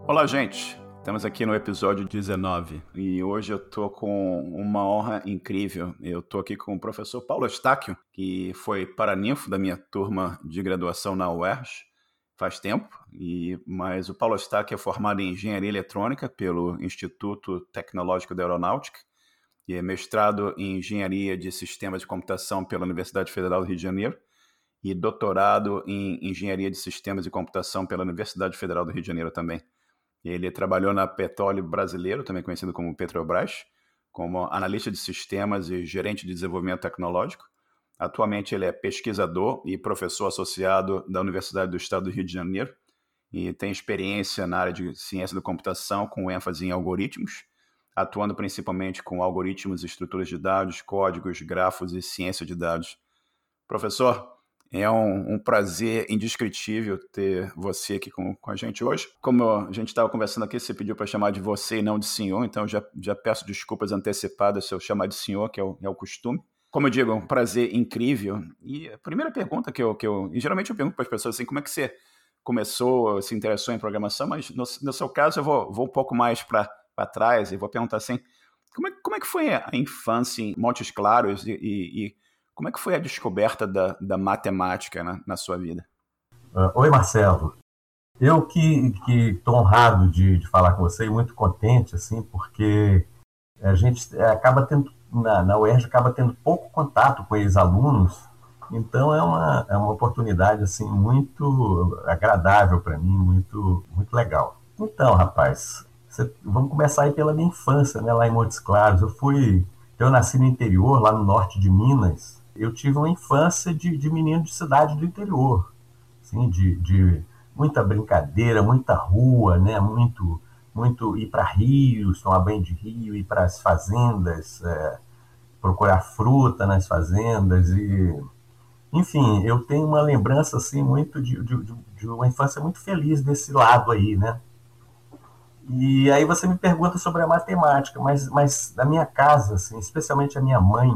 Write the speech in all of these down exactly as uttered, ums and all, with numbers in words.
Olá, gente! Estamos aqui no episódio dezenove e hoje eu tô com uma honra incrível. Eu tô aqui com o professor Paulo Eustáquio, que foi paraninfo da minha turma de graduação na U E R J faz tempo, e, mas o Paulo Eustáquio é formado em Engenharia Eletrônica pelo Instituto Tecnológico da Aeronáutica e é mestrado em Engenharia de Sistemas de Computação pela Universidade Federal do Rio de Janeiro e doutorado em Engenharia de Sistemas de Computação pela Universidade Federal do Rio de Janeiro também. Ele trabalhou na Petróleo Brasileiro, também conhecido como Petrobras, como analista de sistemas e gerente de desenvolvimento tecnológico. Atualmente ele é pesquisador e professor associado da Universidade do Estado do Rio de Janeiro e tem experiência na área de ciência da computação com ênfase em algoritmos, atuando principalmente com algoritmos, estruturas de dados, códigos, grafos e ciência de dados. Professor, é um, um prazer indescritível ter você aqui com, com a gente hoje. Como a gente estava conversando aqui, você pediu para chamar de você e não de senhor, então eu já, já peço desculpas antecipadas se eu chamar de senhor, que é o, é o costume. Como eu digo, é um prazer incrível. E a primeira pergunta que eu... Que eu e geralmente eu pergunto para as pessoas assim, como é que você começou, se interessou em programação, mas no, no seu caso eu vou, vou um pouco mais para trás e vou perguntar assim, como é, como é que foi a infância em Montes Claros e... e, e como é que foi a descoberta da, da matemática na, na sua vida? Uh, oi, Marcelo. Eu que estou honrado de, de falar com você e muito contente, assim, porque a gente acaba tendo, na, na U E R J, acaba tendo pouco contato com ex-alunos, então é uma, é uma oportunidade, assim, muito agradável para mim, muito, muito legal. Então, rapaz, você, vamos começar aí pela minha infância, né, lá em Montes Claros. Eu fui, eu nasci no interior, lá no norte de Minas. Eu tive uma infância de, de menino de cidade do interior, assim, de, de muita brincadeira, muita rua, né? muito, muito ir para rios, tomar banho de rio, ir para as fazendas, é, procurar fruta nas fazendas. E, enfim, eu tenho uma lembrança assim, muito de, de, de uma infância muito feliz desse lado aí, né? E aí você me pergunta sobre a matemática, mas, mas na minha casa, assim, especialmente a minha mãe,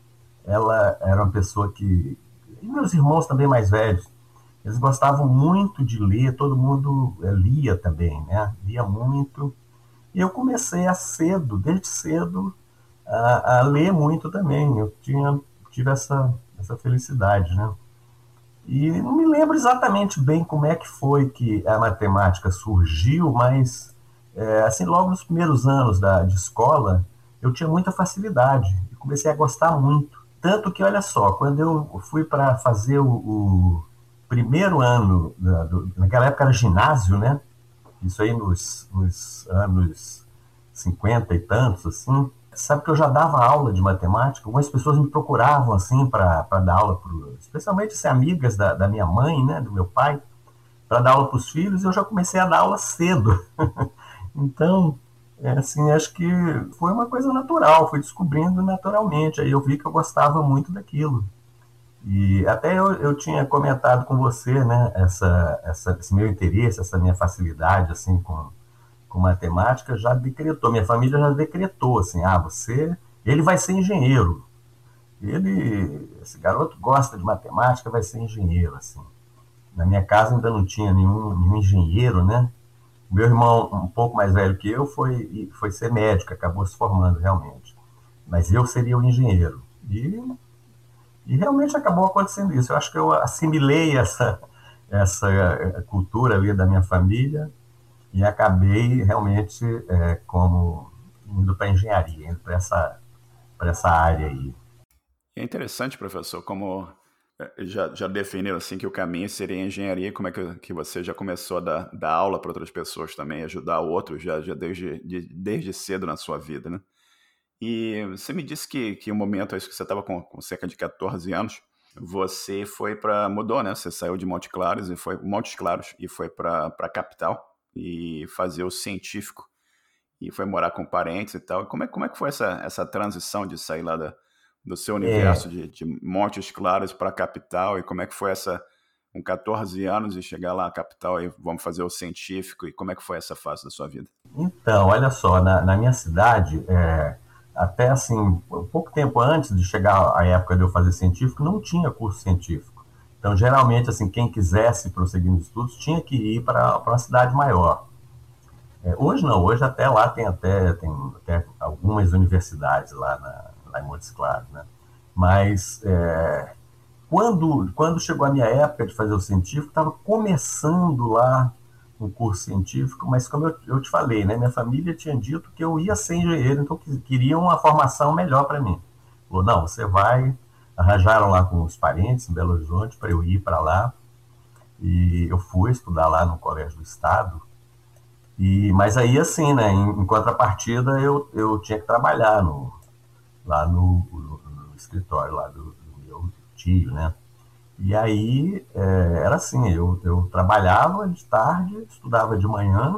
ela era uma pessoa que... E meus irmãos também mais velhos, eles gostavam muito de ler, todo mundo lia também, né? Lia muito. E eu comecei a cedo, desde cedo, a, a ler muito também. Eu tinha, tive essa, essa felicidade, né? E não me lembro exatamente bem como é que foi que a matemática surgiu, mas, é, assim, logo nos primeiros anos da, de escola, eu tinha muita facilidade. E comecei a gostar muito. Tanto que, olha só, quando eu fui para fazer o, o primeiro ano, da, do, naquela época era ginásio, né? Isso aí nos, nos anos cinquenta e tantos, assim. Sabe que eu já dava aula de matemática? Algumas pessoas me procuravam, assim, para dar aula, pro, especialmente assim, amigas da, da minha mãe, né? Do meu pai, para dar aula para os filhos, e eu já comecei a dar aula cedo. Então... É, assim, acho que foi uma coisa natural, fui descobrindo naturalmente, aí eu vi que eu gostava muito daquilo. E até eu, eu tinha comentado com você, né, essa, essa, esse meu interesse, essa minha facilidade, assim, com, com matemática, já decretou, minha família já decretou, assim, ah, você, ele vai ser engenheiro. Ele, esse garoto gosta de matemática, vai ser engenheiro, assim. Na minha casa ainda não tinha nenhum, nenhum engenheiro, né? Meu irmão, um pouco mais velho que eu, foi, foi ser médico, acabou se formando realmente. Mas eu seria o engenheiro. E, e realmente acabou acontecendo isso. Eu acho que eu assimilei essa, essa cultura ali da minha família e acabei realmente é, como indo para a engenharia, indo para essa, para essa área aí. É interessante, professor, como já, já definiram assim que o caminho seria a engenharia, como é que, que você já começou a dar, dar aula para outras pessoas também, ajudar outros já, já desde, de, desde cedo na sua vida, né? E você me disse que, que o momento, isso que você estava com, com cerca de catorze anos, você foi para, mudou, né? Você saiu de Montes Claros e foi, Montes Claros e foi para a capital e fazer o científico e foi morar com parentes e tal. Como é, como é que foi essa, essa transição de sair lá da, do seu universo É, de, de Montes Claros para a capital e como é que foi essa, com catorze anos e chegar lá na capital e vamos fazer o científico e como é que foi essa fase da sua vida? então, olha só, na, na minha cidade, é, até assim, um pouco tempo antes de chegar a época de eu fazer científico, não tinha curso científico. Então, geralmente, assim, quem quisesse prosseguir nos estudos tinha que ir para uma cidade maior. É, hoje não, hoje até lá tem até, tem até algumas universidades lá, na, lá em Montes Claros, né? Mas é, quando, quando chegou a minha época de fazer o científico, estava começando lá um curso científico, mas como eu, eu te falei, né, minha família tinha dito que eu ia ser engenheiro, então queriam uma formação melhor para mim. Falou, não, você vai, arranjaram lá com os parentes em Belo Horizonte para eu ir para lá, e eu fui estudar lá no Colégio do Estado, e, mas aí assim, né, em, em contrapartida eu, eu tinha que trabalhar no, lá no, no, no escritório lá do, do meu tio, né, e aí é, era assim, eu, eu trabalhava de tarde, estudava de manhã,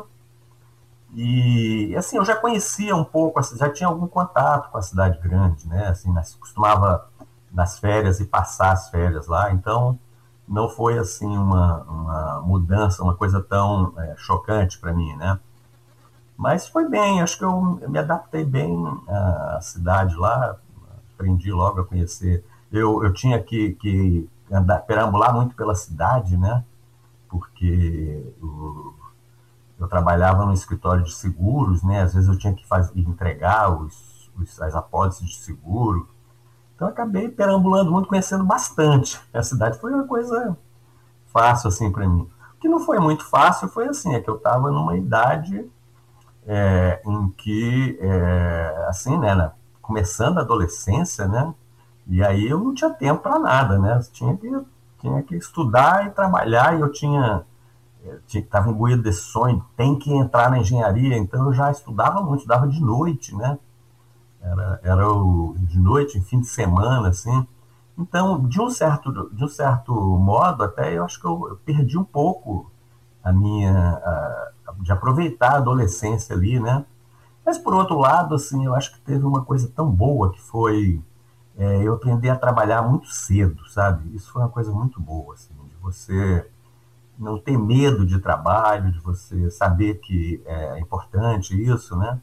e assim, eu já conhecia um pouco, já tinha algum contato com a cidade grande, né? Assim, nas, costumava nas férias e passar as férias lá, então não foi assim uma, uma mudança, uma coisa tão é, chocante para mim, né? Mas foi bem, acho que eu me adaptei bem à cidade lá, aprendi logo a conhecer. Eu, eu tinha que, que andar, perambular muito pela cidade, né? Porque o, eu trabalhava no escritório de seguros, né? Às vezes eu tinha que fazer, entregar os, os, as apólices de seguro. Então eu acabei perambulando muito, conhecendo bastante. A cidade foi uma coisa fácil assim para mim. O que não foi muito fácil foi assim, é que eu estava numa idade é, em que, é, assim, né, né, começando a adolescência, né? E aí eu não tinha tempo para nada, né? Eu tinha que tinha que estudar e trabalhar e eu tinha estava imbuído desse sonho, tem que entrar na engenharia, então eu já estudava muito, estudava de noite, né? Era, era o, de noite, em fim de semana, assim. Então, de um certo, de um certo modo, até eu acho que eu, eu perdi um pouco a minha, a, de aproveitar a adolescência ali, né? Mas por outro lado, assim, eu acho que teve uma coisa tão boa que foi é, eu aprender a trabalhar muito cedo, sabe? Isso foi uma coisa muito boa, assim, de você não ter medo de trabalho, de você saber que é importante isso, né?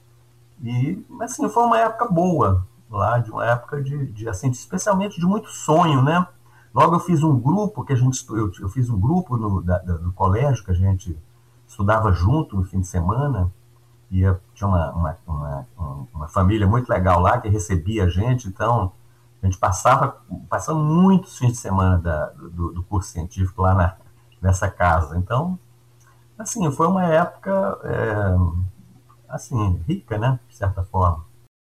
E, assim, foi uma época boa lá, de uma época de, de assim, especialmente de muito sonho, né? Logo eu fiz um grupo que a gente, eu, eu fiz um grupo no, da, do colégio que a gente estudava junto no fim de semana, e eu, tinha uma, uma, uma, uma família muito legal lá que recebia a gente, então a gente passava, passava muitos fins de semana da, do, do curso científico lá na, nessa casa. Então, assim, foi uma época, é, assim, rica, né, de certa forma.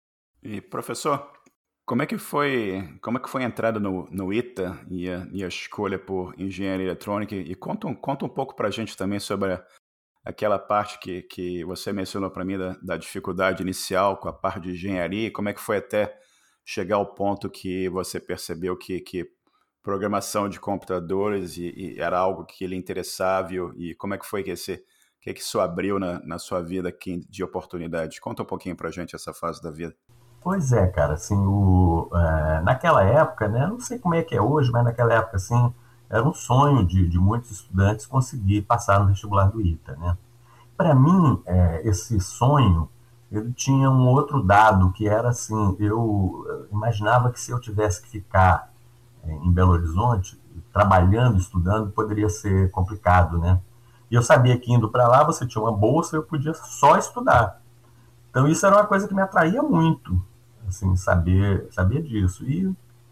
E, professor, como é que foi, como é que foi a entrada no, no ITA e a, e a escolha por engenharia eletrônica? E conta um, conta um pouco para a gente também sobre a, aquela parte que, que você mencionou para mim da, da dificuldade inicial com a parte de engenharia, e como é que foi até chegar ao ponto que você percebeu que, que programação de computadores e, e era algo que lhe interessava, e, e como é que foi que esse, que, que isso abriu na, na sua vida aqui de oportunidades? Conta um pouquinho para a gente essa fase da vida. Pois é, cara, assim, o, é, naquela época, né, não sei como é que é hoje, mas naquela época, assim, era um sonho de, de muitos estudantes conseguir passar no vestibular do ITA, né? Para mim, é, esse sonho, ele tinha um outro dado, que era assim, eu imaginava que se eu tivesse que ficar é, em Belo Horizonte, trabalhando, estudando, poderia ser complicado, né? E eu sabia que indo para lá você tinha uma bolsa e eu podia só estudar. Então isso era uma coisa que me atraía muito, assim, saber, saber disso. E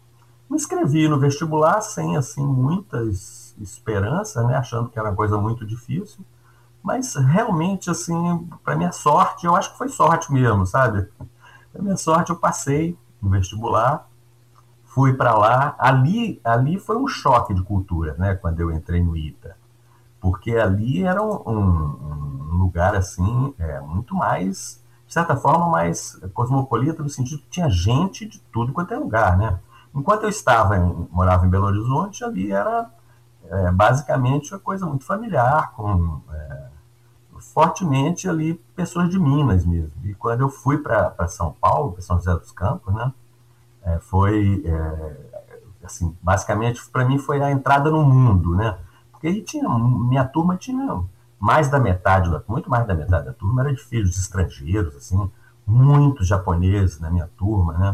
me inscrevi no vestibular sem, assim, muitas esperanças, né? Achando que era uma coisa muito difícil. Mas realmente, assim, para minha sorte, eu acho que foi sorte mesmo, sabe? Para minha sorte, eu passei no vestibular, fui para lá. Ali, ali foi um choque de cultura, né? Quando eu entrei no ITA, porque ali era um, um, um lugar assim é, muito mais, de certa forma, mais cosmopolita no sentido que tinha gente de tudo quanto é lugar, né? Enquanto eu estava, em, morava em Belo Horizonte, ali era é, basicamente uma coisa muito familiar, com é, fortemente ali pessoas de Minas mesmo. E quando eu fui para São Paulo, para São José dos Campos, né, é, foi é, assim, basicamente para mim foi a entrada no mundo, né? Porque aí tinha, minha turma tinha mais da metade, muito mais da metade da turma era de filhos de estrangeiros, assim, muitos japoneses na minha turma, né?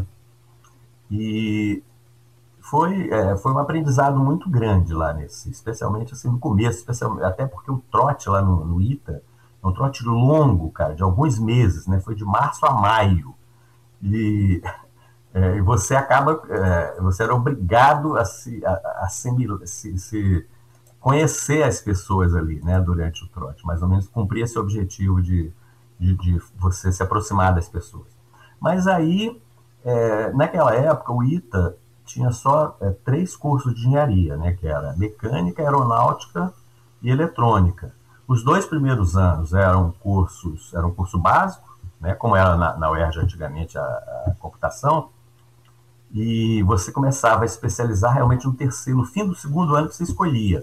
E foi, é, foi um aprendizado muito grande lá nesse, especialmente assim no começo, especialmente, até porque o trote lá no, no ITA É um trote longo, cara, de alguns meses, né? Foi de março a maio. E, é, e você acaba, é, você era obrigado a se, a, a assimilar, se, se conhecer as pessoas ali, né, durante o trote, mais ou menos cumprir esse objetivo de, de, de você se aproximar das pessoas. Mas aí, é, naquela época, o ITA tinha só é, três cursos de engenharia, né, que era mecânica, aeronáutica e eletrônica. Os dois primeiros anos eram cursos, era um curso básico, né, como era na, na U E R J antigamente a, a computação, e você começava a especializar realmente no terceiro, no fim do segundo ano que você escolhia.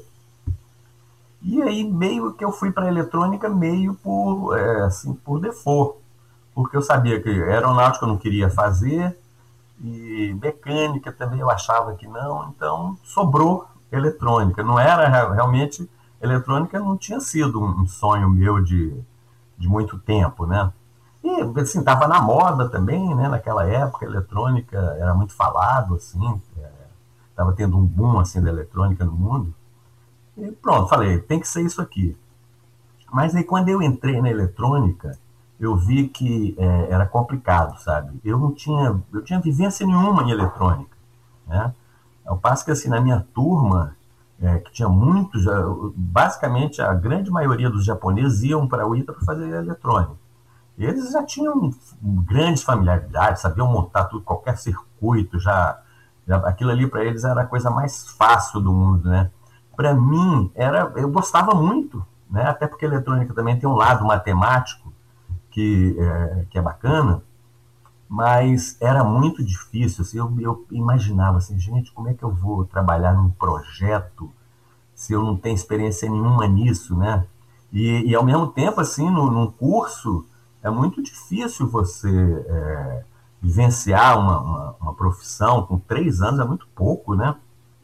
E aí meio que eu fui para a eletrônica meio por, é, assim, por default, porque eu sabia que aeronáutica eu não queria fazer, e mecânica também eu achava que não, então sobrou eletrônica. Não era realmente, eletrônica não tinha sido um sonho meu de, de muito tempo, né? E assim, estava na moda também, né? Naquela época, a eletrônica era muito falado, assim, estava é, tendo um boom assim, da eletrônica no mundo. E pronto, falei, tem que ser isso aqui. Mas aí quando eu entrei na eletrônica, eu vi que é, era complicado, sabe? Eu não tinha, eu tinha vivência nenhuma em eletrônica, né? Ao passo que assim, na minha turma, é, que tinha muitos, basicamente a grande maioria dos japoneses iam para o ITA para fazer eletrônica. Eles já tinham grandes familiaridades, sabiam montar tudo, qualquer circuito, já, já aquilo ali para eles era a coisa mais fácil do mundo, né? Para mim, era, eu gostava muito, né? Até porque a eletrônica também tem um lado matemático que é, que é bacana, mas era muito difícil. Assim, eu, eu imaginava assim, gente, como é que eu vou trabalhar num projeto se eu não tenho experiência nenhuma nisso, né? E, e ao mesmo tempo, assim, no, num curso, é muito difícil você é, vivenciar uma, uma, uma profissão com três anos, é muito pouco, né?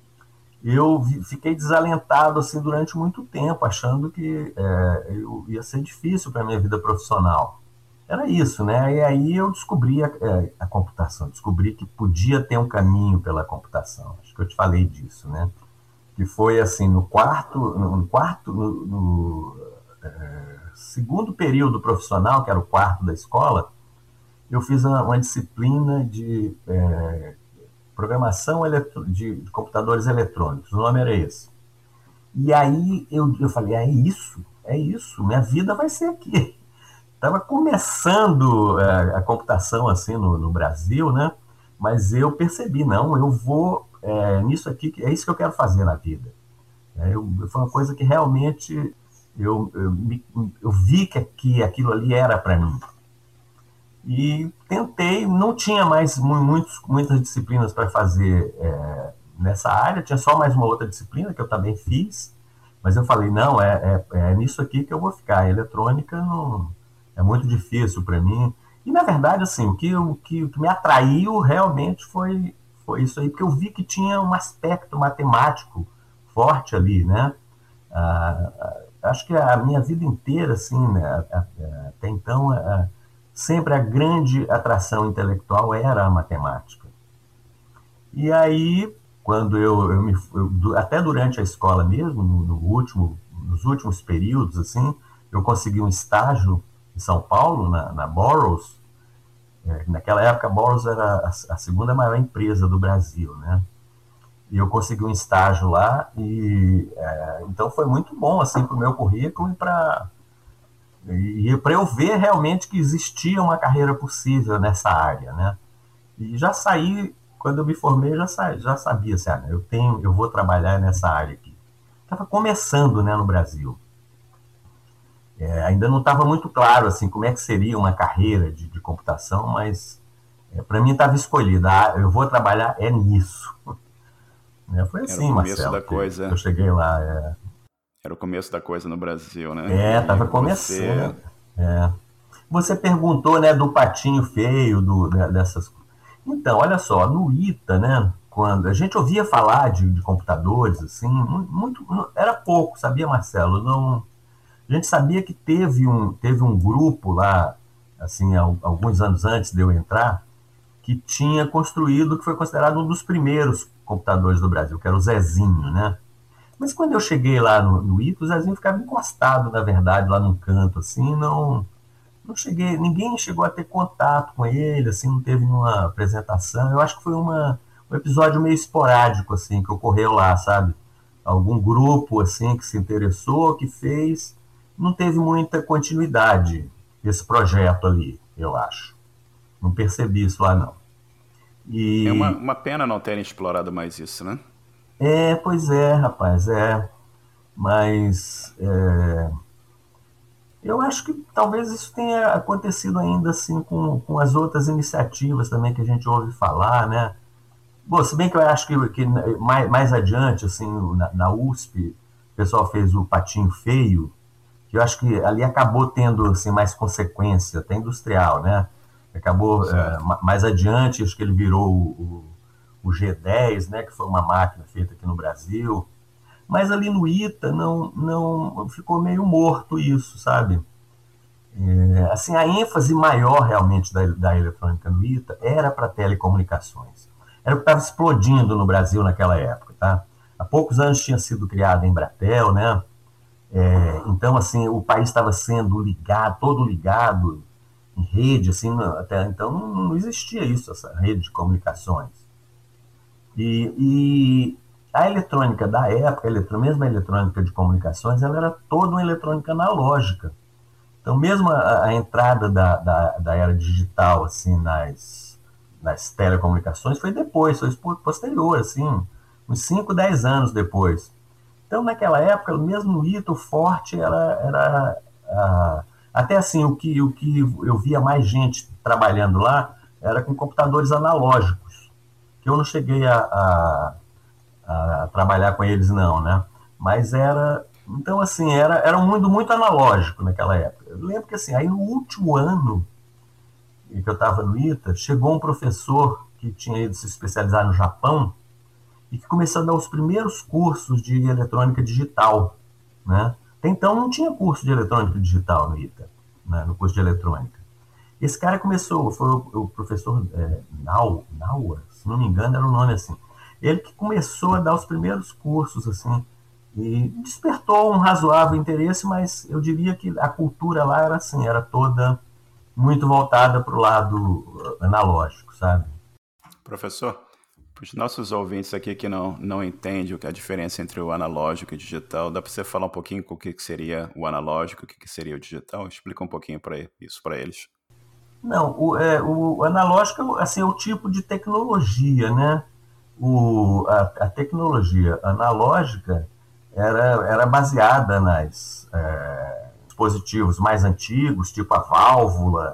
Eu fiquei desalentado assim durante muito tempo, achando que é, eu ia ser difícil para a minha vida profissional. Era isso, né? E aí eu descobri a, a computação, descobri que podia ter um caminho pela computação. Acho que eu te falei disso, né? Que foi assim, no quarto, no quarto, no, no é, segundo período profissional, que era o quarto da escola, eu fiz uma, uma disciplina de é, programação eletro, de, de computadores eletrônicos. O nome era esse. E aí eu, eu falei, é isso, é isso, minha vida vai ser aqui. Estava começando a, a computação assim no, no Brasil, né? Mas eu percebi, não, eu vou é, nisso aqui, é isso que eu quero fazer na vida. É, eu, foi uma coisa que realmente eu, eu, eu vi que, que aquilo ali era para mim. E tentei, não tinha mais muitos, muitas disciplinas para fazer é, nessa área, tinha só mais uma outra disciplina que eu também fiz, mas eu falei, não, é, é, é nisso aqui que eu vou ficar. A eletrônica não, é muito difícil para mim. E, na verdade, assim, o que, o que, o que me atraiu realmente foi, foi isso aí, porque eu vi que tinha um aspecto matemático forte ali, né? Ah, acho que a minha vida inteira, assim, né, até então, a, sempre a grande atração intelectual era a matemática. E aí, quando eu, eu me eu, até durante a escola mesmo, no, no último, nos últimos períodos, assim, eu consegui um estágio em São Paulo, na, na Burroughs. É, naquela época, a Burroughs era a, a segunda maior empresa do Brasil, né? E eu consegui um estágio lá, e é, então foi muito bom, assim, para o meu currículo e para e para eu ver realmente que existia uma carreira possível nessa área, né? E já saí, quando eu me formei, já, sa, já sabia, assim, ah, eu, tenho, eu vou trabalhar nessa área aqui. Estava começando, né, no Brasil. É, ainda não estava muito claro assim, como é que seria uma carreira de, de computação, mas é, para mim estava escolhida, ah, eu vou trabalhar é nisso. É, foi assim, Era o começo Marcelo, da que, coisa. que eu cheguei lá. É... Era o começo da coisa no Brasil, né? É, estava você... começando. É. Você perguntou, né, do patinho feio, do, dessas. Então, olha só, no ITA, né, quando a gente ouvia falar de, de computadores, assim, muito, era pouco, sabia, Marcelo? Não, a gente sabia que teve um, teve um grupo lá, assim, alguns anos antes de eu entrar, que tinha construído o que foi considerado um dos primeiros computadores do Brasil, que era o Zezinho, né? Mas quando eu cheguei lá no, no I T A, o Zezinho ficava encostado, na verdade, lá num canto, assim, não, não cheguei, ninguém chegou a ter contato com ele, assim, não teve nenhuma apresentação. Eu acho que foi uma, um episódio meio esporádico, assim, que ocorreu lá, sabe? Algum grupo, assim, que se interessou, que fez, não teve muita continuidade esse projeto ali, eu acho. Não percebi isso lá, não. É uma, E, uma pena não terem explorado mais isso, né? é, pois é, rapaz, é, mas é, eu acho que talvez isso tenha acontecido ainda assim com, com as outras iniciativas também que a gente ouve falar, né? Bom, se bem que eu acho que, que mais, mais adiante, assim, na, na U S P, o pessoal fez o Patinho Feio, que eu acho que ali acabou tendo assim, mais consequência, até industrial, né? Acabou é, Certo. mais adiante, acho que ele virou o, o, o G dez, né? Que foi uma máquina feita aqui no Brasil. Mas ali no I T A não, não ficou meio morto isso, sabe? É, assim, a ênfase maior realmente da, da eletrônica no I T A era para telecomunicações. Era o que estava explodindo no Brasil naquela época, tá? Há poucos anos tinha sido criada a Embratel, né? É, então, assim, o país estava sendo ligado, todo ligado em rede, assim, até então não, não existia isso, essa rede de comunicações. E, e a eletrônica da época, a eletro, mesmo a eletrônica de comunicações, ela era toda uma eletrônica analógica. Então, mesmo a, a entrada da, da, da era digital assim nas, nas telecomunicações foi depois, foi posterior, assim, uns cinco, dez anos depois. Então, naquela época, mesmo no I T A, o forte era, era ah, até assim, o que, o que eu via mais gente trabalhando lá era com computadores analógicos, que eu não cheguei a, a, a trabalhar com eles não, né? Mas era, então assim, era, era um mundo muito analógico naquela época. Eu lembro que assim, aí no último ano que eu estava no I T A, chegou um professor que tinha ido se especializar no Japão e que começou a dar os primeiros cursos de eletrônica digital, né? Até então não tinha curso de eletrônica digital no I T A, né? No curso de eletrônica. Esse cara começou, foi o, o professor é, Nau, Naua, se não me engano era o nome assim. Ele que começou a dar os primeiros cursos, assim, e despertou um razoável interesse, mas eu diria que a cultura lá era assim, era toda muito voltada para o lado analógico, sabe? Professor, para os nossos ouvintes aqui que não, não entendem o que é a diferença entre o analógico e o digital, dá para você falar um pouquinho o que seria o analógico, o que seria o digital? Explica um pouquinho para isso para eles. Não, o, é, o analógico assim, é o tipo de tecnologia, né? O, a, a tecnologia analógica era, era baseada nas é, dispositivos mais antigos, tipo a válvula,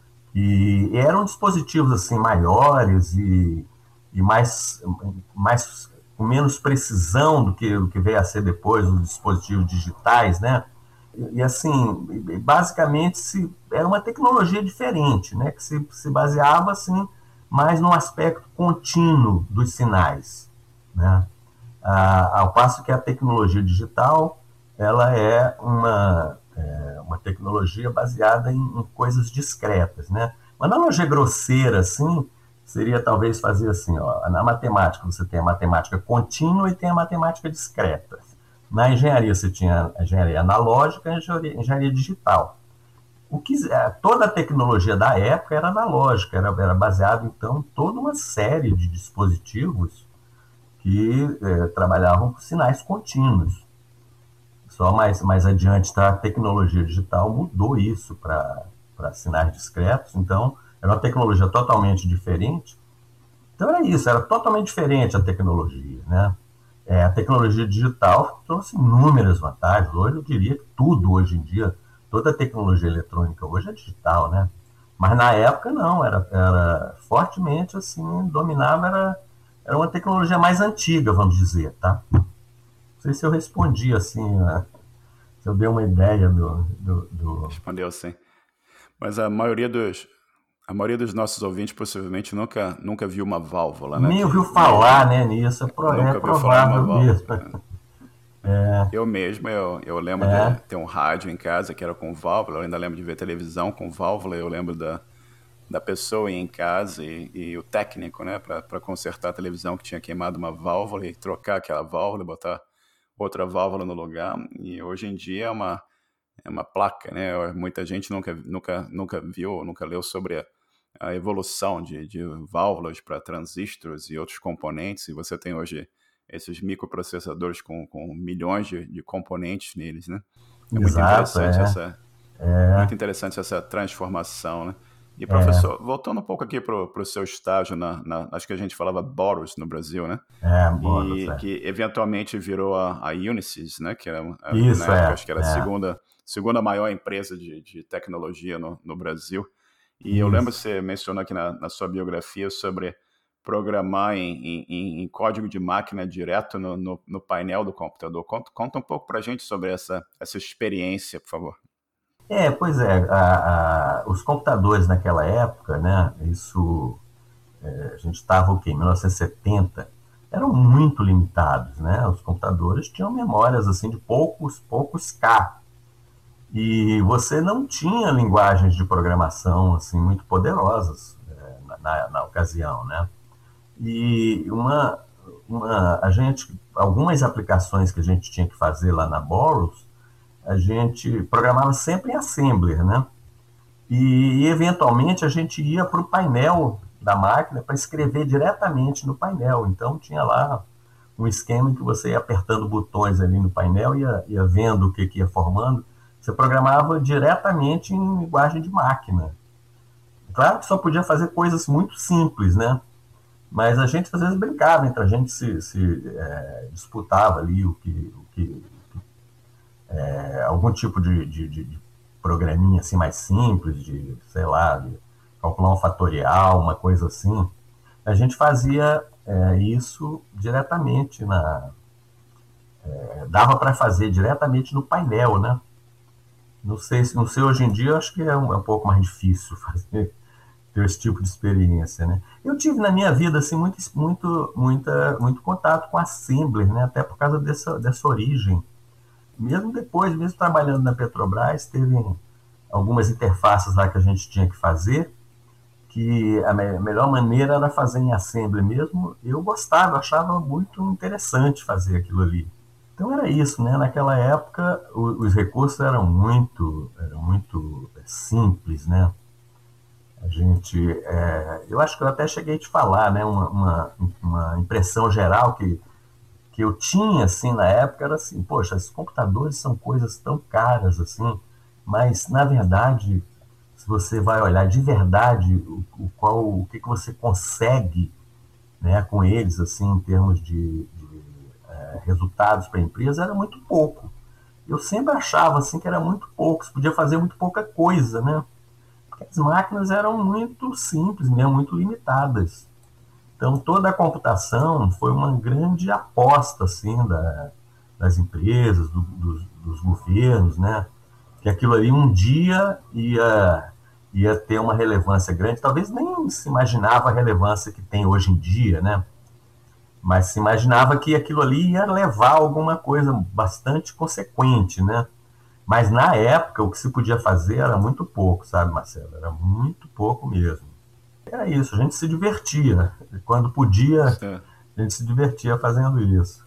e eram dispositivos assim maiores e, e mais, mais com menos precisão do que o que veio a ser depois os dispositivos digitais, né? E, e assim, basicamente se, era uma tecnologia diferente, né? Que se, se baseava assim mais no aspecto contínuo dos sinais, né? Ah, ao passo que a tecnologia digital ela é uma, é, uma tecnologia baseada em, em coisas discretas, né? Uma analogia grosseira, assim, seria talvez fazer assim, ó, na matemática você tem a matemática contínua e tem a matemática discreta. Na engenharia você tinha a engenharia analógica e a engenharia, engenharia digital. O que, toda a tecnologia da época era analógica, era, era baseada, então, em toda uma série de dispositivos que é, trabalhavam com sinais contínuos. Só mais, mais adiante, tá, a tecnologia digital mudou isso para sinais discretos, então era uma tecnologia totalmente diferente. Então era isso, era totalmente diferente a tecnologia, né? É, a tecnologia digital trouxe inúmeras vantagens. Hoje eu diria que tudo hoje em dia, toda a tecnologia eletrônica hoje é digital, né? Mas na época não, era, era fortemente assim, dominava, era, era uma tecnologia mais antiga, vamos dizer, tá? Não sei se eu respondi assim, né? Se eu dei uma ideia do, do, do... Respondeu sim. Mas a maioria dos, a maioria dos nossos ouvintes possivelmente nunca, nunca viu uma válvula, né? Nem Que ouviu eu falar, né, nisso, é, pro, é nunca ouviu falar numa provável válvula. mesmo. Eu mesmo, eu, eu lembro de É, ter um rádio em casa que era com válvula, eu ainda lembro de ver televisão com válvula, eu lembro da, da pessoa ir em casa e, e o técnico, né, para consertar a televisão que tinha queimado uma válvula e trocar aquela válvula, botar outra válvula no lugar, e hoje em dia é uma, é uma placa, né? Muita gente nunca, nunca, nunca viu, nunca leu sobre a, a evolução de, de válvulas para transistores e outros componentes, e você tem hoje esses microprocessadores com, com milhões de, de componentes neles, né? É muito Exato, interessante é. essa, É, muito interessante essa transformação, né? E, professor, voltando um pouco aqui para o seu estágio, na, na, acho que a gente falava Boros no Brasil, né? é, Boros, E é. que eventualmente virou a, a Unisys, né? Que era, Isso, na época, é, acho que era a é. segunda, segunda maior empresa de, de tecnologia no, no Brasil. E eu Isso. lembro que você mencionou aqui na, na sua biografia sobre programar em, em, em código de máquina direto no, no, no painel do computador. Conta, conta um pouco para a gente sobre essa, essa experiência, por favor. É, pois é, a, a, os computadores naquela época, né, isso, é, a gente estava o quê, em mil novecentos e setenta, eram muito limitados, né, os computadores tinham memórias, assim, de poucos, poucos K, e você não tinha linguagens de programação, assim, muito poderosas é, na, na, na ocasião, né, e uma, uma, a gente, algumas aplicações que a gente tinha que fazer lá na Boros, a gente programava sempre em Assembler, né? E, eventualmente, a gente ia para o painel da máquina para escrever diretamente no painel. Então, tinha lá um esquema em que você ia apertando botões ali no painel, ia, ia vendo o que, que ia formando. Você programava diretamente em linguagem de máquina. Claro que só podia fazer coisas muito simples, né? Mas a gente, às vezes, brincava entre a gente, se, se é, disputava ali o que... O que É, algum tipo de, de, de programinha assim mais simples, de, sei lá, de calcular um fatorial, uma coisa assim, a gente fazia é, isso diretamente na... É, dava para fazer diretamente no painel, né? Não sei, não sei hoje em dia, eu acho que é um, é um pouco mais difícil fazer ter esse tipo de experiência, né? Eu tive na minha vida assim muito, muito, muita, muito contato com Assembler, né? Até por causa dessa, dessa origem. Mesmo depois, mesmo trabalhando na Petrobras, teve algumas interfaces lá que a gente tinha que fazer, que a me melhor maneira era fazer em Assembly mesmo. Eu gostava, eu achava muito interessante fazer aquilo ali. Então era isso, né? Naquela época, o, os recursos eram muito, eram muito simples, né? A gente, é, eu acho que eu até cheguei a te falar, né? Uma, uma, uma impressão geral que que eu tinha, assim, na época, era assim, poxa, esses computadores são coisas tão caras, assim, mas, na verdade, se você vai olhar de verdade o, o, qual, o que, que você consegue, né, com eles, assim, em termos de, de é, resultados para a empresa, era muito pouco. Eu sempre achava, assim, que era muito pouco, você podia fazer muito pouca coisa, né? Porque as máquinas eram muito simples, mesmo, muito limitadas. Então, toda a computação foi uma grande aposta assim, da, das empresas, do, dos, dos governos, né? Que aquilo ali um dia ia, ia ter uma relevância grande. Talvez nem se imaginava a relevância que tem hoje em dia, né? Mas se imaginava que aquilo ali ia levar alguma coisa bastante consequente, né? Mas na época o que se podia fazer era muito pouco, sabe, Marcelo? Era muito pouco mesmo. Era isso, a gente se divertia. Quando podia, Certo. a gente se divertia fazendo isso.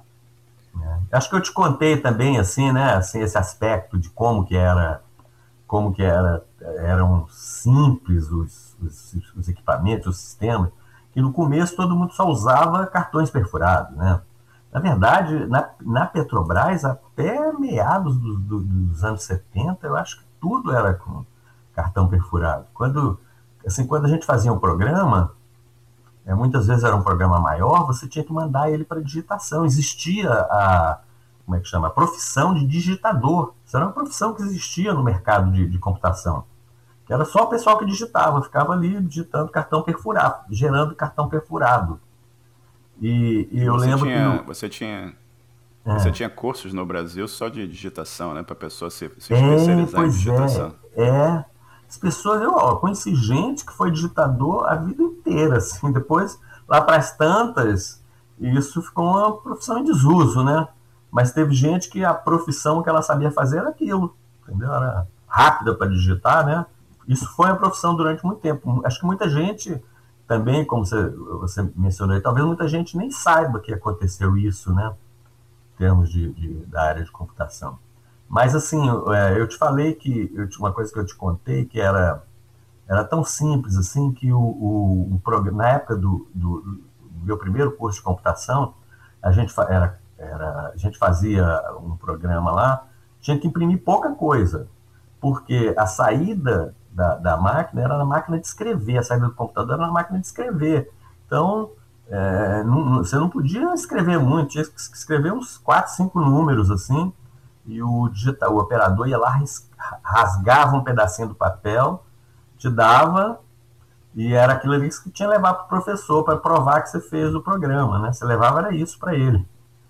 É. Acho que eu te contei também, assim, né, assim, esse aspecto de como que era, como que era, eram simples os, os, os equipamentos, os sistemas, que no começo todo mundo só usava cartões perfurados, né? Na verdade, na, na Petrobras, até meados do, do, dos anos setenta, eu acho que tudo era com cartão perfurado. Quando Assim, quando a gente fazia um programa, é, muitas vezes era um programa maior, você tinha que mandar ele para digitação. Existia a, como é que chama? A profissão de digitador. Isso era uma profissão que existia no mercado de, de computação. Que era só o pessoal que digitava, ficava ali digitando cartão perfurado, gerando cartão perfurado. E, e eu você lembro tinha, que... No, você tinha, é, você tinha cursos no Brasil só de digitação, né? Para a pessoa se, se é, especializar em pois digitação. é, é. As pessoas, eu ó, conheci gente que foi digitador a vida inteira, assim, depois, lá para as tantas, isso ficou uma profissão em desuso, né? Mas teve gente que a profissão que ela sabia fazer era aquilo, entendeu? Era rápida para digitar, né? Isso foi a profissão durante muito tempo. Acho que muita gente também, como você, você mencionou aí, talvez muita gente nem saiba que aconteceu isso, né? termos de, de, da área de computação. Mas, assim, eu te falei que, eu, uma coisa que eu te contei, que era, era tão simples, assim, que o, o, o na época do, do, do meu primeiro curso de computação, a gente, era, era, a gente fazia um programa lá, tinha que imprimir pouca coisa, porque a saída da, da máquina era na máquina de escrever, a saída do computador era na máquina de escrever. Então, é, não, você não podia escrever muito, tinha que escrever uns quatro, cinco números, assim, e o, digital, o operador ia lá, rasgava um pedacinho do papel, te dava, e era aquilo ali que tinha que levar para o professor para provar que você fez o programa, né? Você levava era isso para ele.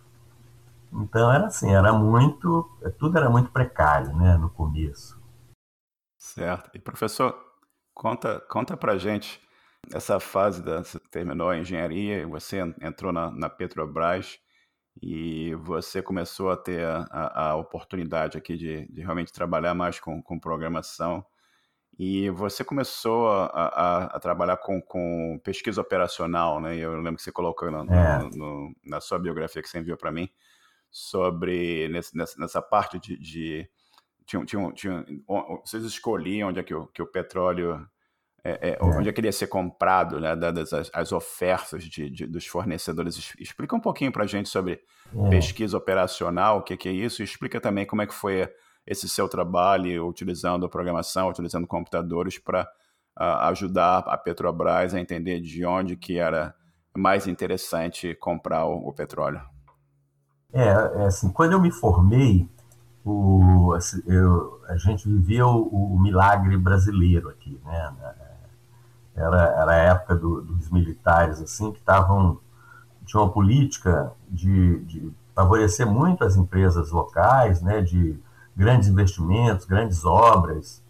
Então era assim, era muito, tudo era muito precário, né, no começo. Certo. E professor, conta, conta pra gente essa fase da, você terminou a engenharia, você entrou na, na Petrobras e você começou a ter a, a, a oportunidade aqui de, de realmente trabalhar mais com, com programação. E você começou a, a, a trabalhar com, com pesquisa operacional, né? Eu lembro que você colocou no, É. no, no, na sua biografia que você enviou para mim sobre nesse, nessa, nessa parte de, de tinha, tinha, tinha, vocês escolhiam onde é que o, que o petróleo é, é, É. onde é que ele ia ser comprado, né? Dadas as, as ofertas de, de, dos fornecedores. Explica um pouquinho para a gente sobre É. pesquisa operacional, o que, que é isso, e explica também como é que foi esse seu trabalho utilizando programação, utilizando computadores para uh, ajudar a Petrobras a entender de onde que era mais interessante comprar o, o petróleo. É, é assim, quando eu me formei, o, assim, eu, a gente vivia o, o milagre brasileiro aqui, né? Era, era a época do, dos militares, assim, que estavam, tinha uma política de, de favorecer muito as empresas locais, né? De grandes investimentos, grandes obras.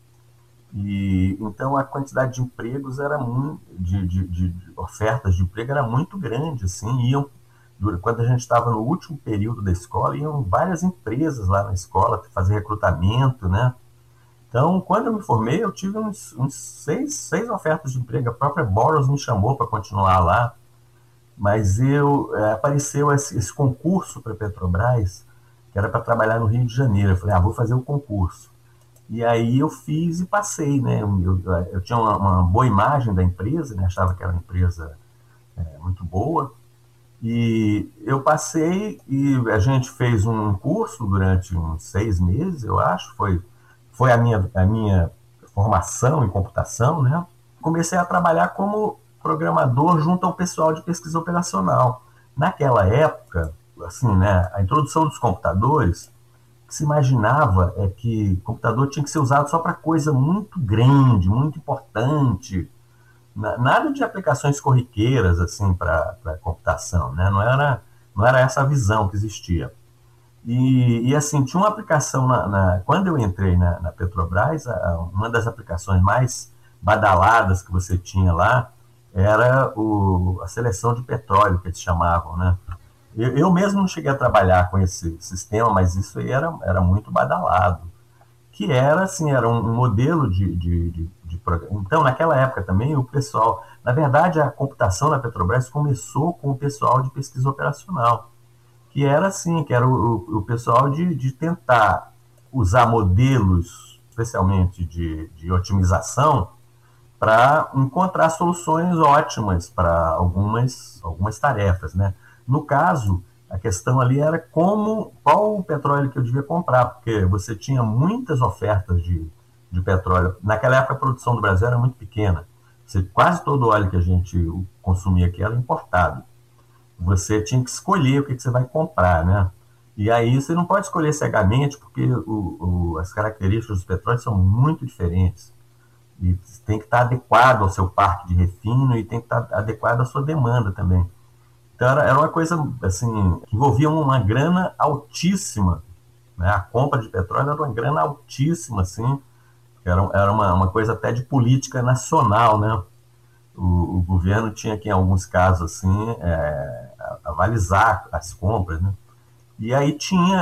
E então a quantidade de empregos era muito, de, de, de ofertas de emprego era muito grande, assim, iam, quando a gente estava no último período da escola, iam várias empresas lá na escola fazer recrutamento, né? Então, quando eu me formei, eu tive uns, uns seis, seis ofertas de emprego. A própria Boros me chamou para continuar lá, mas eu é, apareceu esse, esse concurso para a Petrobras, que era para trabalhar no Rio de Janeiro. Eu falei, ah, vou fazer o concurso. E aí eu fiz e passei, né? Eu, eu, eu tinha uma, uma boa imagem da empresa, né? Achava que era uma empresa é, muito boa. E eu passei e a gente fez um curso durante uns seis meses, eu acho. Foi, foi a, minha, a minha formação em computação, né? Comecei a trabalhar como programador junto ao pessoal de pesquisa operacional. Naquela época, assim, né? A introdução dos computadores, o que se imaginava é que o computador tinha que ser usado só para coisa muito grande, muito importante. Nada de aplicações corriqueiras assim para a computação, né? Não era, não era essa a visão que existia. E, e assim, tinha uma aplicação, na, na, quando eu entrei na, na Petrobras, a, uma das aplicações mais badaladas que você tinha lá era o, a seleção de petróleo, que eles chamavam, né? Eu, eu mesmo não cheguei a trabalhar com esse sistema, mas isso aí era, era muito badalado. Que era, assim, era um modelo de, de, de, de programa. Então, naquela época também, o pessoal... Na verdade, a computação na Petrobras começou com o pessoal de pesquisa operacional, que era assim, que era o, o pessoal de, de tentar usar modelos, especialmente de, de otimização, para encontrar soluções ótimas para algumas, algumas tarefas, né? No caso, a questão ali era como, qual o petróleo que eu devia comprar, porque você tinha muitas ofertas de, de petróleo. Naquela época a produção do Brasil era muito pequena. Você, quase todo o óleo que a gente consumia aqui era importado. Você tinha que escolher o que, que você vai comprar, né? E aí você não pode escolher cegamente, porque o, o, as características dos petróleos são muito diferentes. E tem que estar adequado ao seu parque de refino e tem que estar adequado à sua demanda também. Então era, era uma coisa assim, que envolvia uma grana altíssima, né? A compra de petróleo era uma grana altíssima, assim, era, era uma, uma coisa até de política nacional, né? O, o governo tinha que, em alguns casos, assim, é, avalizar as compras, né? E aí tinha,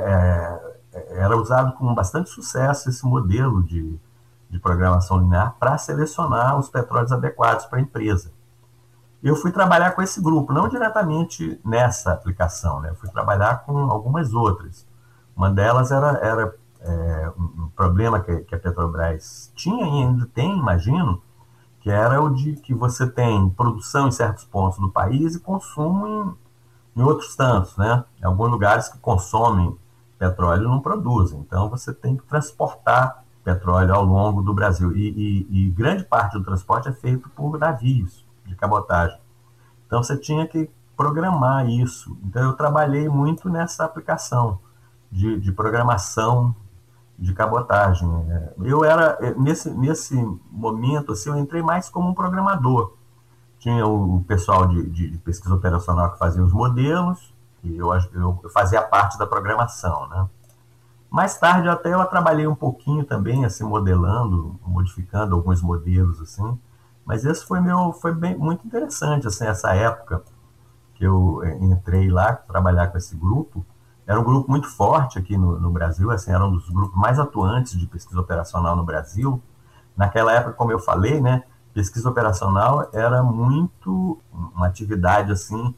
é, é, era usado com bastante sucesso esse modelo de, de programação linear para selecionar os petróleos adequados para a empresa. eu fui trabalhar com esse grupo, não diretamente nessa aplicação, né? Eu fui trabalhar com algumas outras. Uma delas era, era é, um problema que, que a Petrobras tinha e ainda tem, imagino, que era o de que você tem produção em certos pontos do país e consumo em, em outros tantos, né? Em alguns lugares que consomem petróleo não produzem. Então, você tem que transportar petróleo ao longo do Brasil. E, e, e grande parte do transporte é feito por navios de cabotagem. Então, você tinha que programar isso. Então, eu trabalhei muito nessa aplicação de, de programação de cabotagem. Eu era, nesse, nesse momento, assim, eu entrei mais como um programador. Tinha o pessoal de, de pesquisa operacional que fazia os modelos, e eu, eu fazia parte da programação, né? Mais tarde, até eu trabalhei um pouquinho também, assim, modelando, modificando alguns modelos, assim. Mas esse foi meu, foi bem, muito interessante, assim, essa época que eu entrei lá, trabalhar com esse grupo. Era um grupo muito forte aqui no, no Brasil, assim, era um dos grupos mais atuantes de pesquisa operacional no Brasil. Naquela época, como eu falei, né, pesquisa operacional era muito uma atividade assim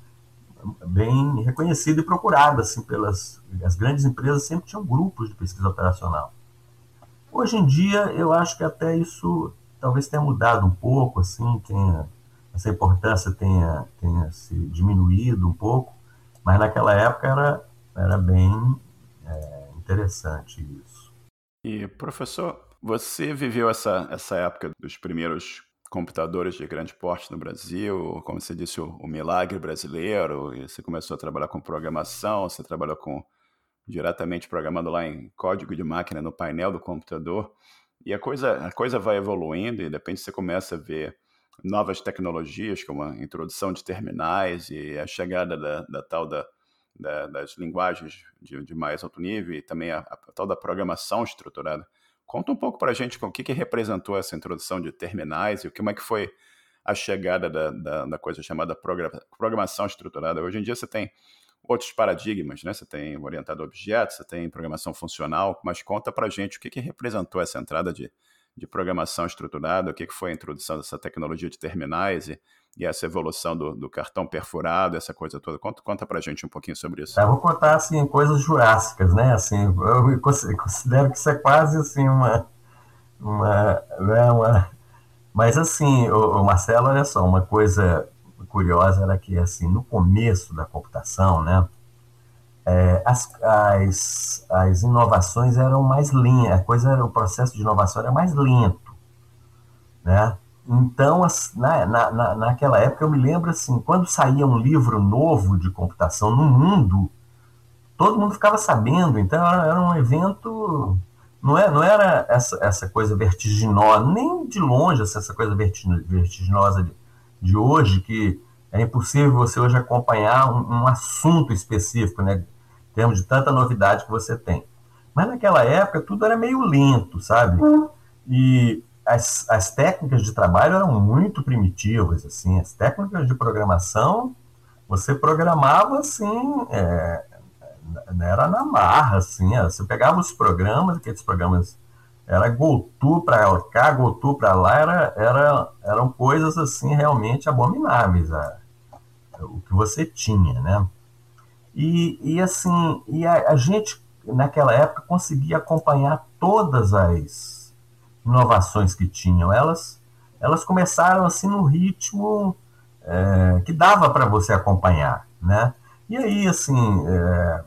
bem reconhecida e procurada, assim, pelas as grandes empresas sempre tinham grupos de pesquisa operacional. Hoje em dia, eu acho que até isso talvez tenha mudado um pouco, assim, tenha, essa importância tenha, tenha se diminuído um pouco, mas naquela época era, era bem é, interessante isso. E, professor, você viveu essa, essa época dos primeiros computadores de grande porte no Brasil, como você disse, o, o milagre brasileiro, e você começou a trabalhar com programação, você trabalhou com diretamente programando lá em código de máquina no painel do computador, e a coisa, a coisa vai evoluindo e de repente você começa a ver novas tecnologias, como a introdução de terminais e a chegada da, da tal da, da, das linguagens de, de mais alto nível e também a, a tal da programação estruturada. Conta um pouco para a gente o que, que representou essa introdução de terminais e como é que foi a chegada da, da, da coisa chamada programação estruturada. Hoje em dia você tem outros paradigmas, né? Você tem orientado a objetos, você tem programação funcional, mas conta para a gente o que, que representou essa entrada de, de programação estruturada, o que, que foi a introdução dessa tecnologia de terminais e, e essa evolução do, do cartão perfurado, essa coisa toda. Conta, conta para a gente um pouquinho sobre isso. Eu vou contar assim, coisas jurássicas, né? Assim, eu considero que isso é quase assim uma... uma, né? uma... Mas assim, o, o Marcelo, olha só, uma coisa curiosa era que assim, no começo da computação, né? É, as, as, as inovações eram mais lentas, a coisa, o processo de inovação era mais lento, né? Então, as, na, na, naquela época, eu me lembro assim, quando saía um livro novo de computação no mundo, todo mundo ficava sabendo, então era, era um evento, não era, não era essa, essa coisa vertiginosa, nem de longe essa coisa vertiginosa de, de hoje, que é impossível você hoje acompanhar um, um assunto específico, né, em termos de tanta novidade que você tem. Mas naquela época tudo era meio lento, sabe? E as, as técnicas de trabalho eram muito primitivas, assim, as técnicas de programação, você programava assim, é, era na marra, assim, você pegava os programas, aqueles programas, era GoTo para cá, GoTo para lá, era, era, eram coisas assim realmente abomináveis, a, o que você tinha, né? E, e assim, e a, a gente naquela época conseguia acompanhar todas as inovações que tinham. Elas, elas começaram assim no ritmo é, que dava para você acompanhar, né? E aí, assim, é,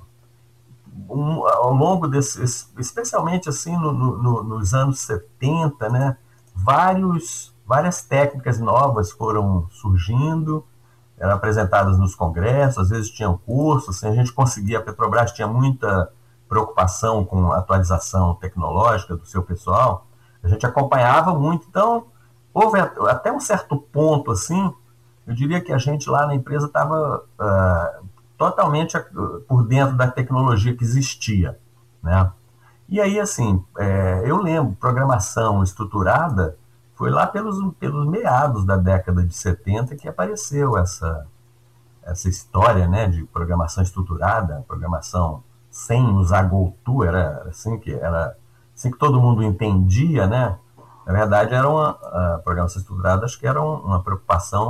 um, ao longo desses, especialmente assim no, no, nos anos setenta, né? Vários, várias técnicas novas foram surgindo, eram apresentadas nos congressos, às vezes tinham cursos, assim, a gente conseguia, a Petrobras tinha muita preocupação com a atualização tecnológica do seu pessoal, a gente acompanhava muito, então houve até um certo ponto, assim, eu diria que a gente lá na empresa estava uh, totalmente por dentro da tecnologia que existia, né? E aí, assim, é, eu lembro, programação estruturada foi lá pelos, pelos meados da década de setenta que apareceu essa, essa história, né, de programação estruturada, programação sem usar GoTo, era assim que, era assim que todo mundo entendia, né? Na verdade, era uma a programação estruturada, acho que era uma preocupação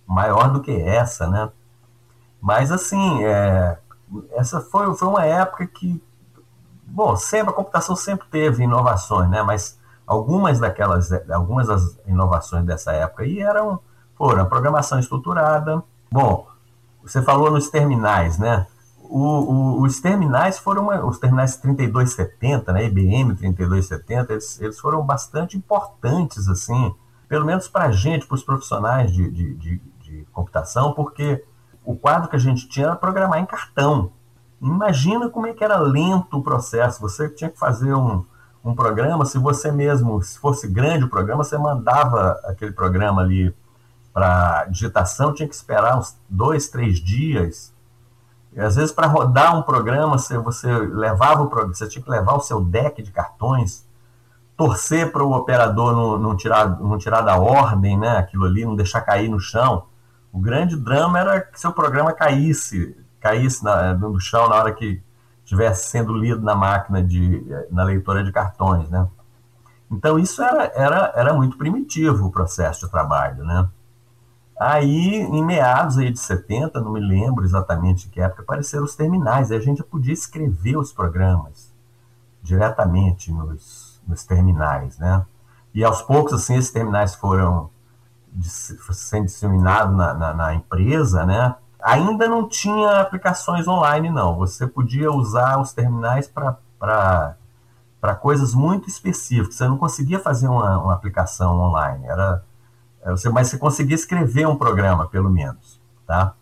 maior do que essa, né? Mas, assim, é, essa foi, foi uma época que, bom, sempre, a computação sempre teve inovações, né? Mas algumas daquelas, algumas das inovações dessa época aí eram, foram a programação estruturada. Bom, você falou nos terminais, né? O, o, os terminais foram, os terminais trinta e dois setenta, né? I B M trinta e dois setenta, eles, eles foram bastante importantes, assim, pelo menos para a gente, para os profissionais de, de, de, de computação, porque o quadro que a gente tinha era programar em cartão. Imagina como é que era lento o processo. Você tinha que fazer um, um programa, se você mesmo, se fosse grande o programa, você mandava aquele programa ali para digitação, tinha que esperar uns dois, três dias. E às vezes, para rodar um programa, você, você levava o programa, você tinha que levar o seu deck de cartões, torcer para o operador não, não, tirar, não tirar da ordem, né, aquilo ali, não deixar cair no chão. O grande drama era que seu programa caísse, caísse na, no chão na hora que estivesse sendo lido na máquina, de, na leitora de cartões, né? Então isso era, era, era muito primitivo o processo de trabalho, né? Aí, em meados aí de setenta, não me lembro exatamente que época, apareceram os terminais, e a gente podia escrever os programas diretamente nos, nos terminais, né? E aos poucos, assim, esses terminais foram sendo disseminado na, na, na empresa, né? Ainda não tinha aplicações online, não. Você podia usar os terminais para coisas muito específicas. Você não conseguia fazer uma, uma aplicação online. Era, você, mas você conseguia escrever um programa, pelo menos, tá?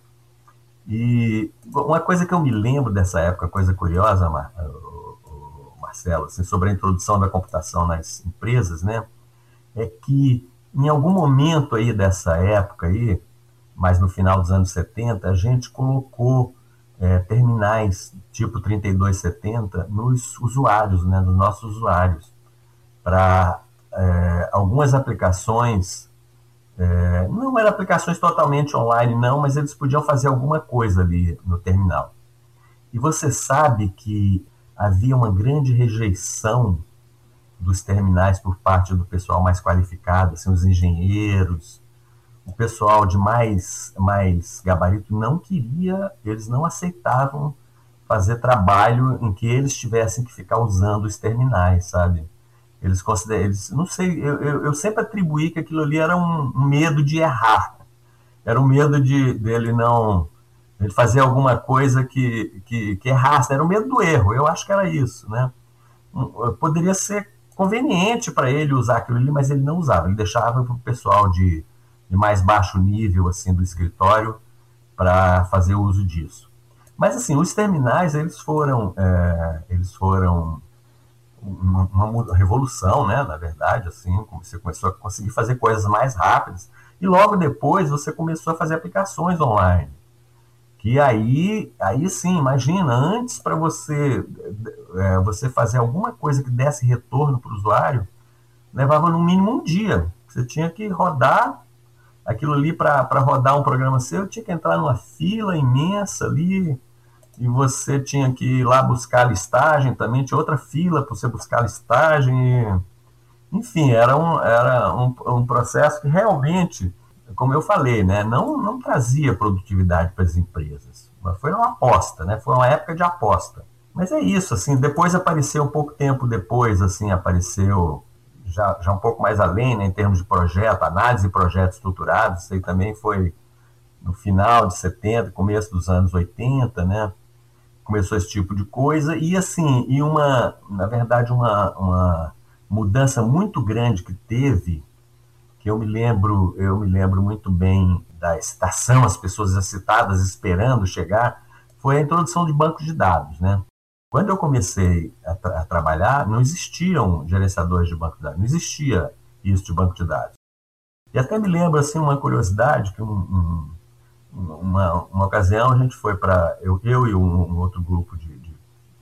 E uma coisa que eu me lembro dessa época, coisa curiosa, Mar, o, o Marcelo, assim, sobre a introdução da computação nas empresas, né? É que em algum momento aí dessa época aí, mas no final dos anos setenta, a gente colocou é, terminais tipo trinta e dois setenta nos usuários, né, nos nossos usuários, para é, algumas aplicações, é, não eram aplicações totalmente online não, mas eles podiam fazer alguma coisa ali no terminal. E você sabe que havia uma grande rejeição dos terminais por parte do pessoal mais qualificado, assim, os engenheiros, o pessoal de mais, mais gabarito não queria, eles não aceitavam fazer trabalho em que eles tivessem que ficar usando os terminais, sabe? Eles consideram, eles, não sei, eu, eu, eu sempre atribuí que aquilo ali era um, um medo de errar, era um medo de dele não, ele fazer alguma coisa que, que, que errasse, era o medo do erro, eu acho que era isso, né? Poderia ser conveniente para ele usar aquilo ali, mas ele não usava, ele deixava para o pessoal de, de mais baixo nível assim, do escritório para fazer uso disso. Mas assim, os terminais eles foram, é, eles foram uma, uma revolução, né, na verdade, assim, você começou a conseguir fazer coisas mais rápidas e logo depois você começou a fazer aplicações online. Que aí, aí sim, imagina, antes para você, é, você fazer alguma coisa que desse retorno para o usuário, levava no mínimo um dia. Você tinha que rodar aquilo ali para rodar um programa seu, tinha que entrar numa fila imensa ali, e você tinha que ir lá buscar a listagem também, tinha outra fila para você buscar a listagem. E, enfim, era, um, era um, um processo que realmente, como eu falei, né, não, não trazia produtividade para as empresas. Mas foi uma aposta, né? Foi uma época de aposta. Mas é isso, assim, depois apareceu, um pouco tempo depois, assim, apareceu já, já um pouco mais além, né, em termos de projeto, análise de projetos estruturados, isso aí também foi no final de setenta, começo dos anos oitenta, né? Começou esse tipo de coisa, e assim, e uma, na verdade, uma, uma mudança muito grande que teve, que eu me lembro, eu me lembro muito bem da excitação, as pessoas excitadas esperando chegar, foi a introdução de bancos de dados, né? Quando eu comecei a, tra a trabalhar, não existiam gerenciadores de banco de dados, não existia isso de banco de dados. E até me lembro, assim, uma curiosidade, que um, um, uma, uma ocasião a gente foi para, eu, eu e um, um outro grupo de, de,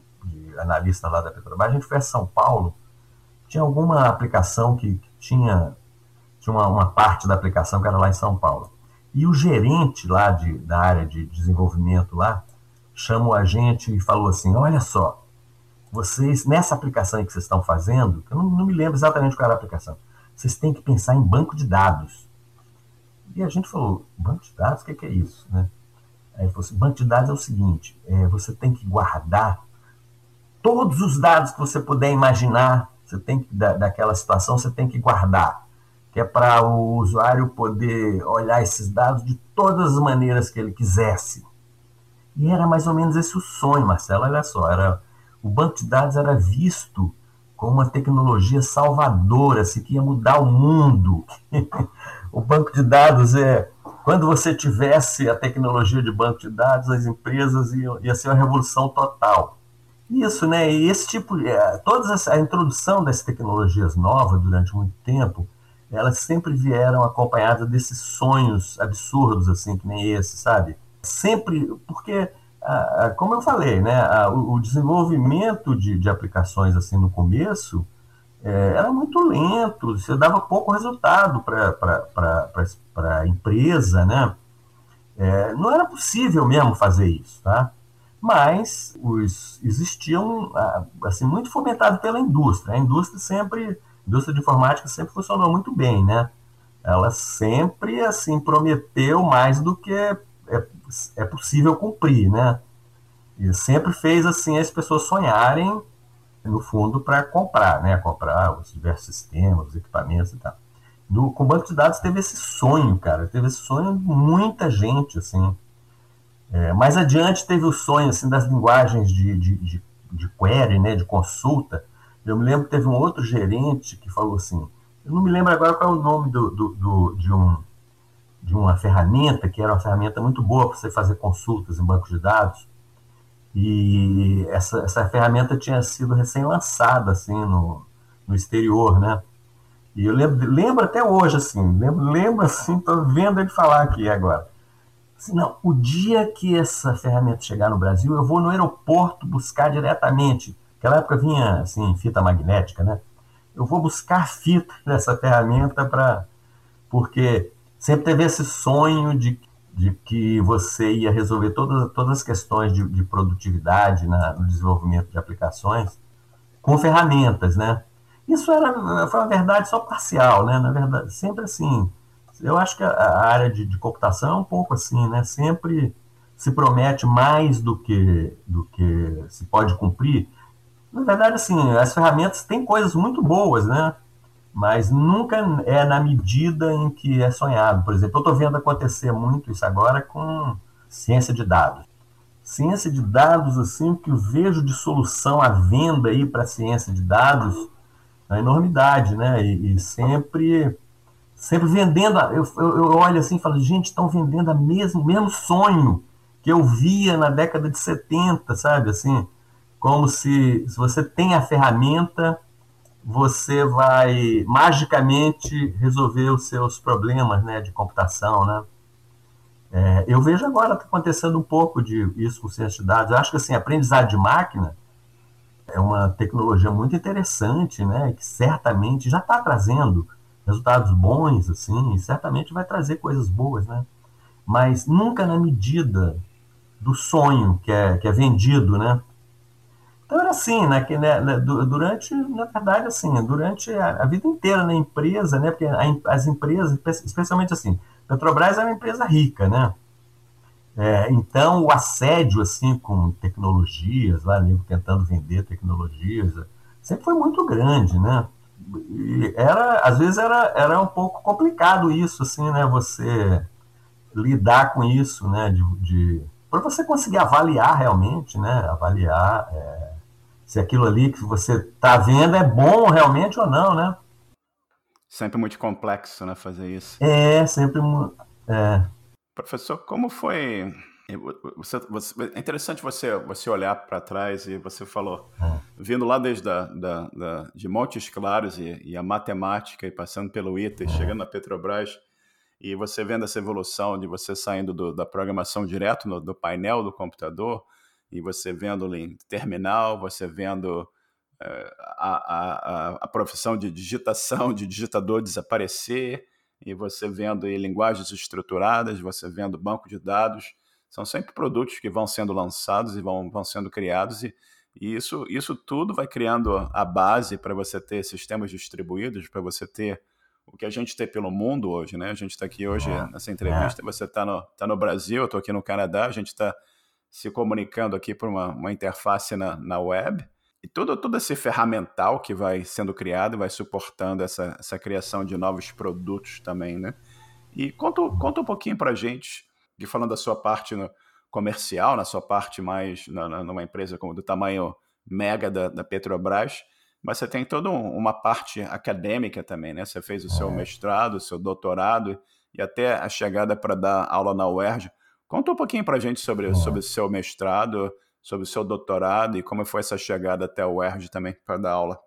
de analistas lá da Petrobras, a gente foi a São Paulo, tinha alguma aplicação que, que tinha... tinha uma, uma parte da aplicação que era lá em São Paulo. E o gerente lá de, da área de desenvolvimento lá chamou a gente e falou assim, olha só, vocês, nessa aplicação que vocês estão fazendo, eu não, não me lembro exatamente qual era a aplicação, vocês têm que pensar em banco de dados. E a gente falou, banco de dados, o que, que é isso? Né? Aí ele falou assim, banco de dados é o seguinte, é, você tem que guardar todos os dados que você puder imaginar, você tem que, da, daquela situação, você tem que guardar, que é para o usuário poder olhar esses dados de todas as maneiras que ele quisesse. E era mais ou menos esse o sonho, Marcelo, olha só, era, o banco de dados era visto como uma tecnologia salvadora, assim, que ia mudar o mundo. O banco de dados é, quando você tivesse a tecnologia de banco de dados, as empresas iam, ia ser uma revolução total. Isso, né? E esse tipo, é, toda essa, a introdução das tecnologias novas durante muito tempo, elas sempre vieram acompanhadas desses sonhos absurdos, assim, que nem esse, sabe? Sempre, porque, ah, como eu falei, né, ah, o, o desenvolvimento de, de aplicações assim no começo é, era muito lento, você dava pouco resultado para a empresa, né? É, não era possível mesmo fazer isso, tá? Mas os, existiam, ah, assim, muito fomentado pela indústria. A indústria sempre, a indústria de informática sempre funcionou muito bem, né? Ela sempre, assim, prometeu mais do que é, é, é possível cumprir, né? E sempre fez, assim, as pessoas sonharem, no fundo, para comprar, né? Comprar os diversos sistemas, os equipamentos e tal. No, com o banco de dados teve esse sonho, cara. Teve esse sonho de muita gente, assim. É, mais adiante teve o sonho assim, das linguagens de, de, de, de query, né, de consulta. Eu me lembro que teve um outro gerente que falou assim, eu não me lembro agora qual é o nome do, do, do, de, um, de uma ferramenta, que era uma ferramenta muito boa para você fazer consultas em bancos de dados, e essa, essa ferramenta tinha sido recém-lançada assim, no, no exterior, né? E eu lembro, lembro até hoje, assim, lembro, lembro assim, estou vendo ele falar aqui agora. Assim, não, o dia que essa ferramenta chegar no Brasil, eu vou no aeroporto buscar diretamente. Naquela época vinha assim, fita magnética, né? Eu vou buscar fita nessa ferramenta para. Porque sempre teve esse sonho de, de que você ia resolver todas, todas as questões de, de produtividade na, no desenvolvimento de aplicações com ferramentas, né? Isso era, foi uma verdade só parcial, né? Na verdade, sempre assim. Eu acho que a, a área de, de computação é um pouco assim, né? Sempre se promete mais do que, do que se pode cumprir. Na verdade, assim, as ferramentas têm coisas muito boas, né? Mas nunca é na medida em que é sonhado. Por exemplo, eu estou vendo acontecer muito isso agora com ciência de dados. Ciência de dados, assim, o que eu vejo de solução à venda aí para ciência de dados, é uma enormidade, né? E, e sempre, sempre vendendo. Eu, eu, eu olho assim e falo, gente, estão vendendo o mesmo, mesmo sonho que eu via na década de setenta, sabe? Assim, como se, se você tem a ferramenta, você vai magicamente resolver os seus problemas, né, de computação, né? É, eu vejo agora tá acontecendo um pouco de isso com ciência de dados. Eu acho que assim, aprendizado de máquina é uma tecnologia muito interessante, né? Que certamente já está trazendo resultados bons, assim, e certamente vai trazer coisas boas, né? Mas nunca na medida do sonho que é, que é vendido, né? Então era assim, né? Que, né, durante, na verdade, assim, durante a, a vida inteira na empresa, né? Porque a, as empresas, especialmente assim, Petrobras é uma empresa rica, né? É, então, o assédio assim com tecnologias, lá nego tentando vender tecnologias, sempre foi muito grande, né? E era, às vezes era, era um pouco complicado isso, assim, né? Você lidar com isso, né? De, de para você conseguir avaliar realmente, né? Avaliar é, se aquilo ali que você está vendo é bom realmente ou não, né? Sempre muito complexo, né, fazer isso. É sempre é, Professor, como foi? Você, você, é interessante você, você olhar para trás e você falou, é, vindo lá desde da, da, da, de Montes Claros e, e a matemática e passando pelo I T E, chegando na Petrobras, e você vendo essa evolução de você saindo do, da programação direto no, do painel do computador, e você vendo em terminal, você vendo uh, a, a, a profissão de digitação, de digitador desaparecer, e você vendo aí linguagens estruturadas, você vendo banco de dados, são sempre produtos que vão sendo lançados e vão, vão sendo criados, e, e isso, isso tudo vai criando a base para você ter sistemas distribuídos, para você ter o que a gente tem pelo mundo hoje, né? A gente está aqui hoje É, nessa entrevista, é. você está no, tá no Brasil, eu estou aqui no Canadá, a gente está se comunicando aqui por uma, uma interface na, na web, e todo, todo esse ferramental que vai sendo criado vai suportando essa, essa criação de novos produtos também, né? E conta, conta um pouquinho para a gente, de falando da sua parte no comercial, na sua parte mais na, na, numa empresa como do tamanho mega da, da Petrobras, mas você tem toda um, uma parte acadêmica também, né? Você fez o seu É. mestrado, o seu doutorado e até a chegada para dar aula na U E R J. Conta um pouquinho para a gente sobre, sobre o seu mestrado, sobre o seu doutorado e como foi essa chegada até a U E R J também para dar aula.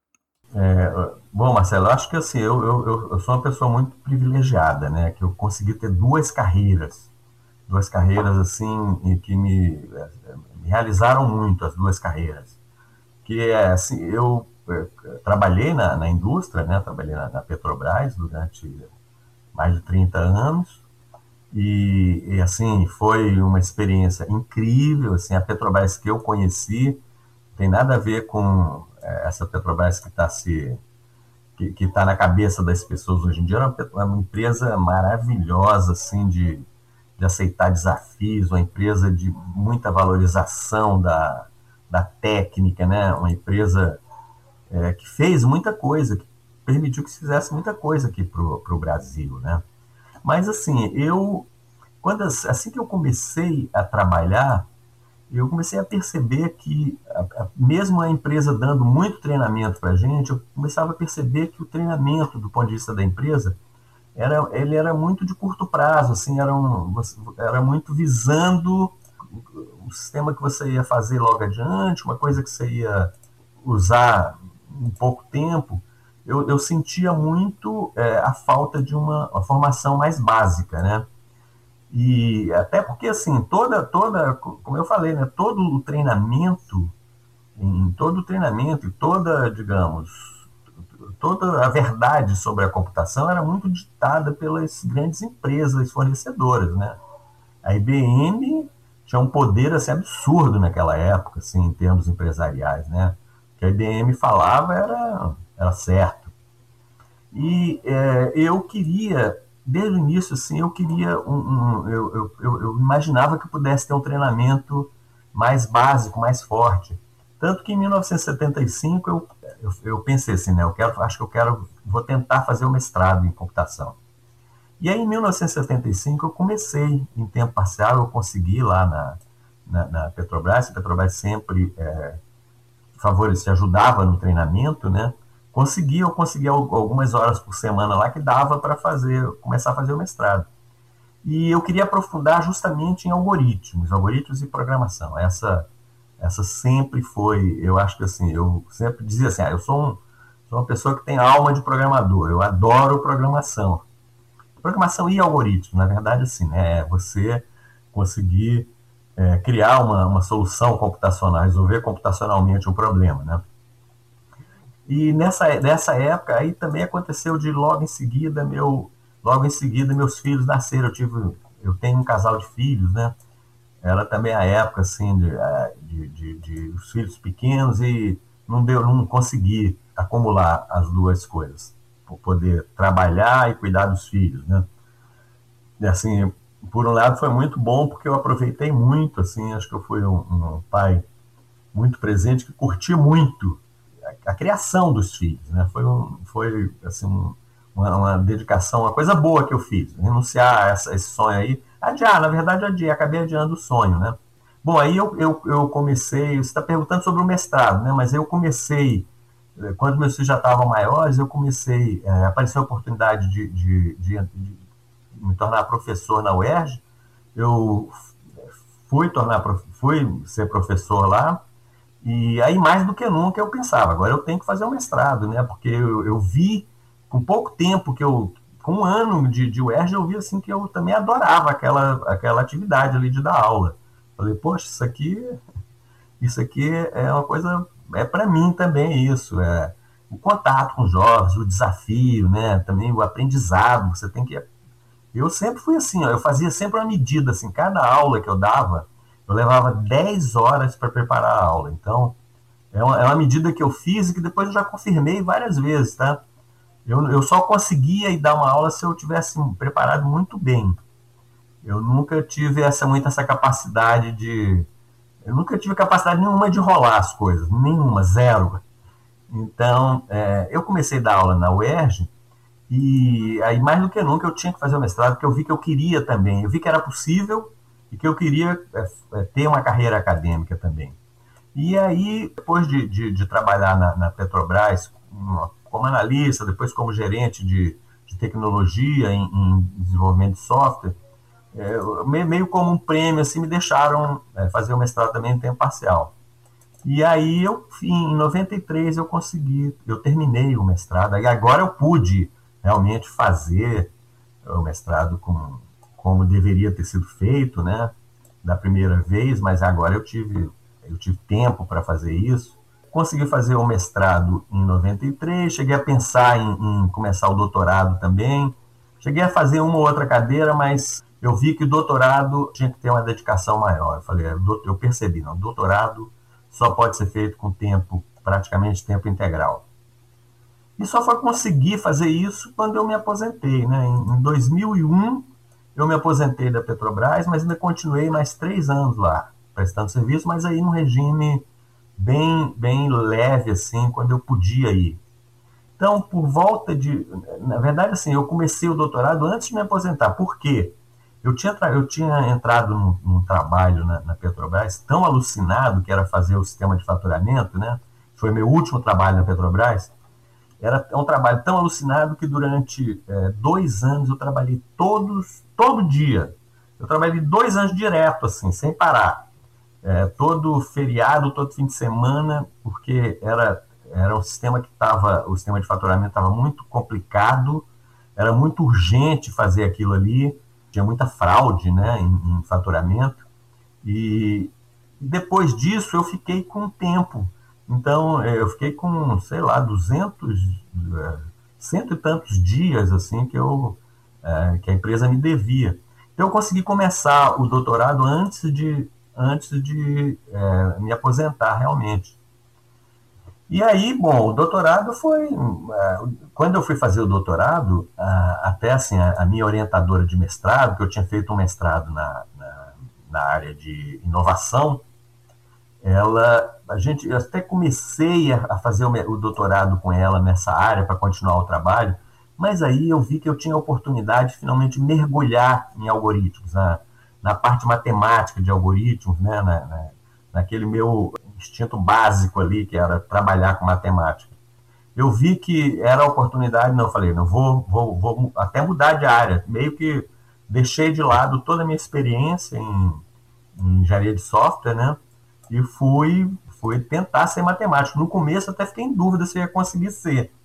É, bom, Marcelo, eu acho que assim, eu, eu, eu sou uma pessoa muito privilegiada, né? Que eu consegui ter duas carreiras, duas carreiras assim, e que me, me realizaram muito, as duas carreiras. Que é assim, eu, eu trabalhei na, na indústria, né? Trabalhei na, na Petrobras durante mais de trinta anos, e, e assim, foi uma experiência incrível, assim, a Petrobras que eu conheci tem nada a ver com é, essa Petrobras que está se que está na cabeça das pessoas hoje em dia. É uma empresa maravilhosa, assim, de, de aceitar desafios, uma empresa de muita valorização da, da técnica, né? Uma empresa é, que fez muita coisa, que permitiu que se fizesse muita coisa aqui para o Brasil, né? Mas assim, eu quando assim que eu comecei a trabalhar, eu comecei a perceber que, mesmo a empresa dando muito treinamento para a gente, eu começava a perceber que o treinamento, do ponto de vista da empresa, era, ele era muito de curto prazo, assim, era, um, era muito visando o sistema que você ia fazer logo adiante, uma coisa que você ia usar em pouco tempo. Eu, eu sentia muito é, a falta de uma, uma formação mais básica, né? E até porque, assim, toda, toda, como eu falei, né, todo o treinamento, em todo o treinamento e toda, digamos, toda a verdade sobre a computação era muito ditada pelas grandes empresas fornecedoras, né? A I B M tinha um poder, assim, absurdo naquela época, assim, em termos empresariais, né? O que a I B M falava era, era certo. E é, eu queria... Desde o início, assim, eu queria um, um eu, eu, eu imaginava que eu pudesse ter um treinamento mais básico, mais forte. Tanto que em mil novecentos e setenta e cinco eu, eu, eu pensei assim, né? Eu quero, acho que eu quero, vou tentar fazer o mestrado em computação. E aí, em mil novecentos e setenta e cinco, eu comecei em tempo parcial, eu consegui lá na, na, na Petrobras. A Petrobras sempre é, favorecia, ajudava no treinamento, né? Consegui, eu consegui algumas horas por semana lá que dava para fazer, começar a fazer o mestrado. E eu queria aprofundar justamente em algoritmos, algoritmos e programação. Essa, essa sempre foi, eu acho que assim, eu sempre dizia assim, ah, eu sou, um, sou uma pessoa que tem alma de programador, eu adoro programação. Programação e algoritmo, na verdade, assim, né, é você conseguir é, criar uma, uma solução computacional, resolver computacionalmente um problema, né? E nessa, nessa época aí também aconteceu de logo em seguida meu logo em seguida meus filhos nasceram. Eu tive eu tenho um casal de filhos, né? Era também a época assim de, de, de, de os filhos pequenos, e não deu não consegui acumular as duas coisas, por poder trabalhar e cuidar dos filhos, né? E assim, por um lado foi muito bom porque eu aproveitei muito, assim, acho que eu fui um, um pai muito presente, que curti muito a criação dos filhos, né? Foi, um, foi assim, uma, uma dedicação, uma coisa boa que eu fiz, renunciar a essa, esse sonho aí, adiar, na verdade adiei, acabei adiando o sonho, né? Bom, aí eu, eu, eu comecei, você está perguntando sobre o mestrado, né? Mas eu comecei, quando meus filhos já estavam maiores, eu comecei, é, apareceu a oportunidade de, de, de, de me tornar professor na U E R J, eu fui, tornar, fui ser professor lá. E aí, mais do que nunca, eu pensava, agora eu tenho que fazer um mestrado, né? Porque eu, eu vi, com pouco tempo que eu, com um ano de, de U E R J, eu vi assim que eu também adorava aquela, aquela atividade ali de dar aula. Falei, poxa, isso aqui, isso aqui é uma coisa, é para mim também isso, é o contato com os jovens, o desafio, né? Também o aprendizado, você tem que... Eu sempre fui assim, ó, eu fazia sempre uma medida, assim, cada aula que eu dava, eu levava dez horas para preparar a aula. Então, é uma, é uma medida que eu fiz e que depois eu já confirmei várias vezes, tá? Eu, eu só conseguia ir dar uma aula se eu tivesse preparado muito bem. Eu nunca tive essa, muito essa capacidade de... Eu nunca tive capacidade nenhuma de rolar as coisas, nenhuma, zero. Então, é, eu comecei a dar aula na U E R J e aí, mais do que nunca, eu tinha que fazer o mestrado, porque eu vi que eu queria também, eu vi que era possível e que eu queria é, ter uma carreira acadêmica também. E aí, depois de, de, de trabalhar na, na Petrobras como analista, depois como gerente de, de tecnologia em, em desenvolvimento de software, é, meio como um prêmio, assim, me deixaram é, fazer o mestrado também em tempo parcial. E aí, eu, em noventa e três, eu consegui, eu terminei o mestrado, e agora eu pude realmente fazer o mestrado como, como deveria ter sido feito, né, da primeira vez, mas agora eu tive, eu tive tempo para fazer isso. Consegui fazer o mestrado em noventa e três, cheguei a pensar em, em começar o doutorado também, cheguei a fazer uma ou outra cadeira, mas eu vi que o doutorado tinha que ter uma dedicação maior. Eu falei, eu percebi, não, doutorado só pode ser feito com tempo, praticamente tempo integral. E só foi conseguir fazer isso quando eu me aposentei, né? Em dois mil e um, eu me aposentei da Petrobras, mas ainda continuei mais três anos lá, prestando serviço, mas aí num regime bem, bem leve, assim, quando eu podia ir. Então, por volta de... Na verdade, assim, eu comecei o doutorado antes de me aposentar. Por quê? Eu tinha, eu tinha entrado num, num trabalho na, na Petrobras tão alucinado, que era fazer o sistema de faturamento, né? Foi meu último trabalho na Petrobras. Era um trabalho tão alucinado que durante é, dois anos eu trabalhei todos, todo dia. Eu trabalhei dois anos direto, assim, sem parar. É, todo feriado, todo fim de semana, porque era, era um sistema que estava, o sistema de faturamento estava muito complicado, era muito urgente fazer aquilo ali, tinha muita fraude, né, em, em faturamento, e depois disso eu fiquei com tempo. Então eu fiquei com, sei lá, duzentos, cento e tantos dias assim que, eu, é, que a empresa me devia. Então eu consegui começar o doutorado antes de, antes de é, me aposentar realmente. E aí, bom, o doutorado foi... Quando eu fui fazer o doutorado, até assim, a minha orientadora de mestrado, que eu tinha feito um mestrado na, na, na área de inovação, ela, a gente, eu até comecei a fazer o doutorado com ela nessa área para continuar o trabalho, mas aí eu vi que eu tinha a oportunidade de finalmente mergulhar em algoritmos, na, na parte matemática de algoritmos, né, na, na, naquele meu instinto básico ali, que era trabalhar com matemática. Eu vi que era a oportunidade, não, eu falei, não, vou, vou, vou até mudar de área, meio que deixei de lado toda a minha experiência em, em engenharia de software, né, e fui, fui tentar ser matemático. No começo até fiquei em dúvida se eu ia conseguir ser,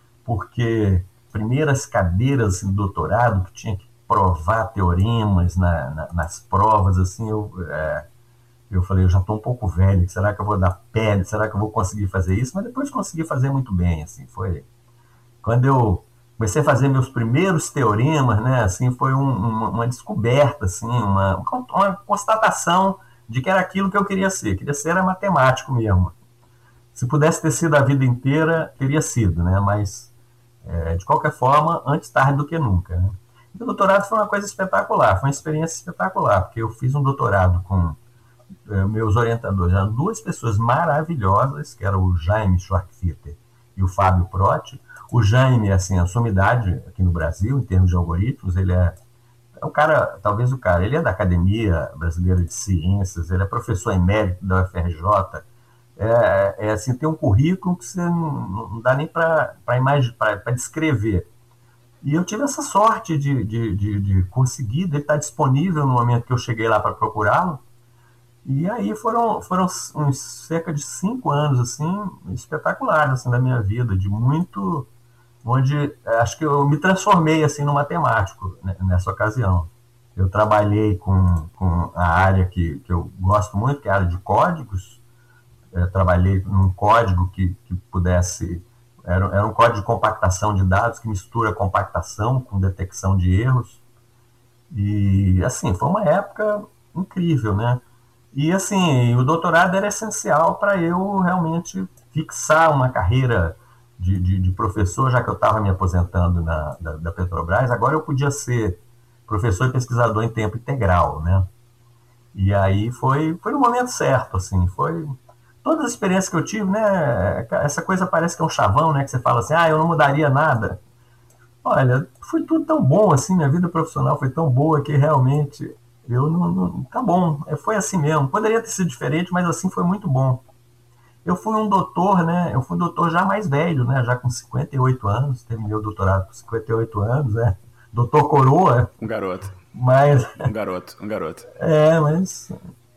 porque primeiras cadeiras assim, do doutorado, que tinha que provar teoremas na, na, nas provas, assim, eu... É, eu falei, eu já estou um pouco velho, será que eu vou dar pele, será que eu vou conseguir fazer isso? Mas depois consegui fazer muito bem, assim, foi... Quando eu comecei a fazer meus primeiros teoremas, né, assim, foi um, uma, uma descoberta, assim, uma, uma constatação de que era aquilo que eu queria ser, queria ser era matemático mesmo. Se pudesse ter sido a vida inteira, teria sido, né, mas, é, de qualquer forma, antes tarde do que nunca, né. E o doutorado foi uma coisa espetacular, foi uma experiência espetacular, porque eu fiz um doutorado com... meus orientadores eram duas pessoas maravilhosas, que eram o Jaime Schwartzfitter e o Fábio Protti. O Jaime, assim, a sumidade aqui no Brasil, em termos de algoritmos, ele é, é o cara, talvez o cara, ele é da Academia Brasileira de Ciências, ele é professor emérito da U F R J, é, é assim, tem um currículo que você não, não dá nem para descrever. E eu tive essa sorte de, de, de, de conseguir, dele estar disponível no momento que eu cheguei lá para procurá-lo. E aí foram, foram uns cerca de cinco anos, assim, espetaculares, assim, da minha vida, de muito... onde acho que eu me transformei, assim, no matemático, né, nessa ocasião. Eu trabalhei com, com a área que, que eu gosto muito, que é a área de códigos. Eu trabalhei num código que, que pudesse... Era, era um código de compactação de dados, que mistura compactação com detecção de erros. E, assim, foi uma época incrível, né? E, assim, o doutorado era essencial para eu realmente fixar uma carreira de, de, de professor, já que eu estava me aposentando na, da, da Petrobras, agora eu podia ser professor e pesquisador em tempo integral, né? E aí foi, foi no momento certo, assim, foi... Todas as experiências que eu tive, né, essa coisa parece que é um chavão, né, que você fala assim, ah, eu não mudaria nada. Olha, foi tudo tão bom, assim, minha vida profissional foi tão boa que realmente eu não, não tá bom, foi assim mesmo. Poderia ter sido diferente, mas assim foi muito bom. Eu fui um doutor, né, eu fui um doutor já mais velho, né, já com cinquenta e oito anos, terminei o doutorado com cinquenta e oito anos, né, doutor coroa. Um garoto. Mas... Um garoto, um garoto. É, mas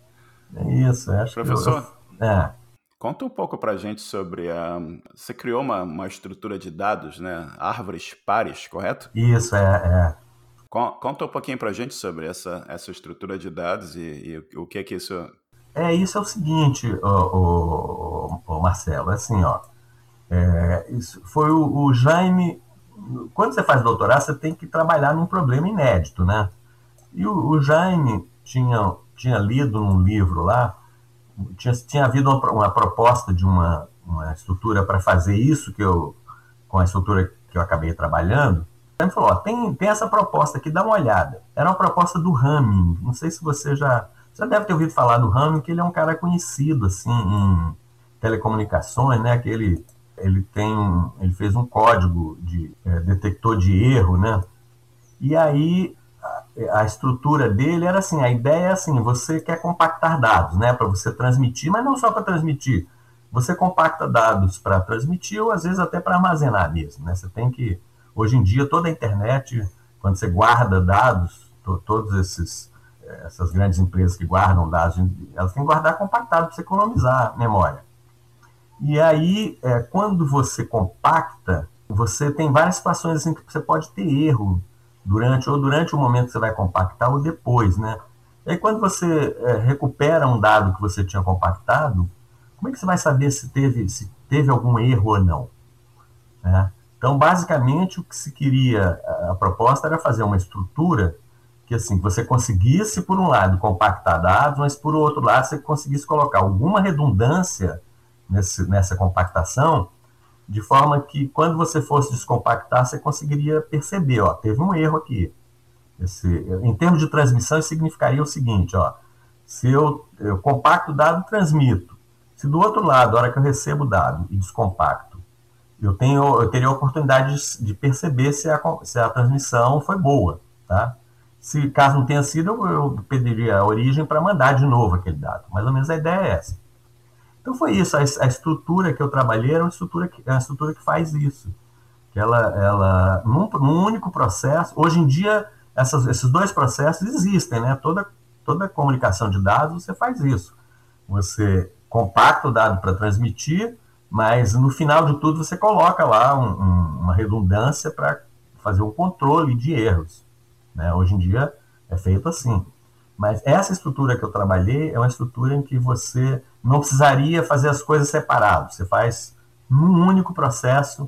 é isso, acho Professor, que eu... é. Conta um pouco pra gente sobre a... Você criou uma, uma estrutura de dados, né? Árvores pares, correto? Isso, é, é. Conta um pouquinho pra gente sobre essa, essa estrutura de dados e, e o que é que isso... É, isso é o seguinte, o, o, o Marcelo, assim, ó, é, isso foi o, o Jaime... Quando você faz doutorado, você tem que trabalhar num problema inédito, né? E o, o Jaime tinha, tinha lido num livro lá, tinha, tinha havido uma, uma proposta de uma, uma estrutura para fazer isso, que eu, com a estrutura que eu acabei trabalhando. Ele falou, ó, tem, tem essa proposta aqui, dá uma olhada. Era uma proposta do Hamming, não sei se você já... Você deve ter ouvido falar do Hamming, que ele é um cara conhecido, assim, em telecomunicações, né, que ele, ele tem, ele fez um código de é, detector de erro, né, e aí a, a estrutura dele era assim, a ideia é assim, você quer compactar dados, né, para você transmitir, mas não só para transmitir, você compacta dados para transmitir ou às vezes até para armazenar mesmo, né, você tem que, hoje em dia toda a internet, quando você guarda dados, to, todos esses essas grandes empresas que guardam dados, elas têm que guardar compactado para você economizar memória. E aí, é, quando você compacta, você tem várias situações assim que você pode ter erro durante ou durante o momento que você vai compactar ou depois, né? E aí, quando você é, recupera um dado que você tinha compactado, como é que você vai saber se teve, se teve algum erro ou não? Né? Então, basicamente, o que se queria, a proposta era fazer uma estrutura que assim, você conseguisse, por um lado, compactar dados, mas, por outro lado, você conseguisse colocar alguma redundância nesse, nessa compactação, de forma que, quando você fosse descompactar, você conseguiria perceber, ó, teve um erro aqui. Esse, em termos de transmissão, isso significaria o seguinte, ó, se eu, eu compacto o dado, transmito. Se do outro lado, a hora que eu recebo o dado e descompacto, eu, tenho, eu teria a oportunidade de, de perceber se a, se a transmissão foi boa, tá? Se caso não tenha sido, eu, eu pediria a origem para mandar de novo aquele dado. Mais ou menos a ideia é essa. Então foi isso, a, a estrutura que eu trabalhei era uma estrutura que, é uma estrutura que faz isso. Que ela, ela num, num único processo, hoje em dia, essas, esses dois processos existem, né? Toda, toda comunicação de dados, você faz isso. Você compacta o dado para transmitir, mas no final de tudo você coloca lá um, um, uma redundância para fazer um controle de erros. Né? Hoje em dia é feito assim. Mas essa estrutura que eu trabalhei é uma estrutura em que você não precisaria fazer as coisas separadas. Você faz num único processo,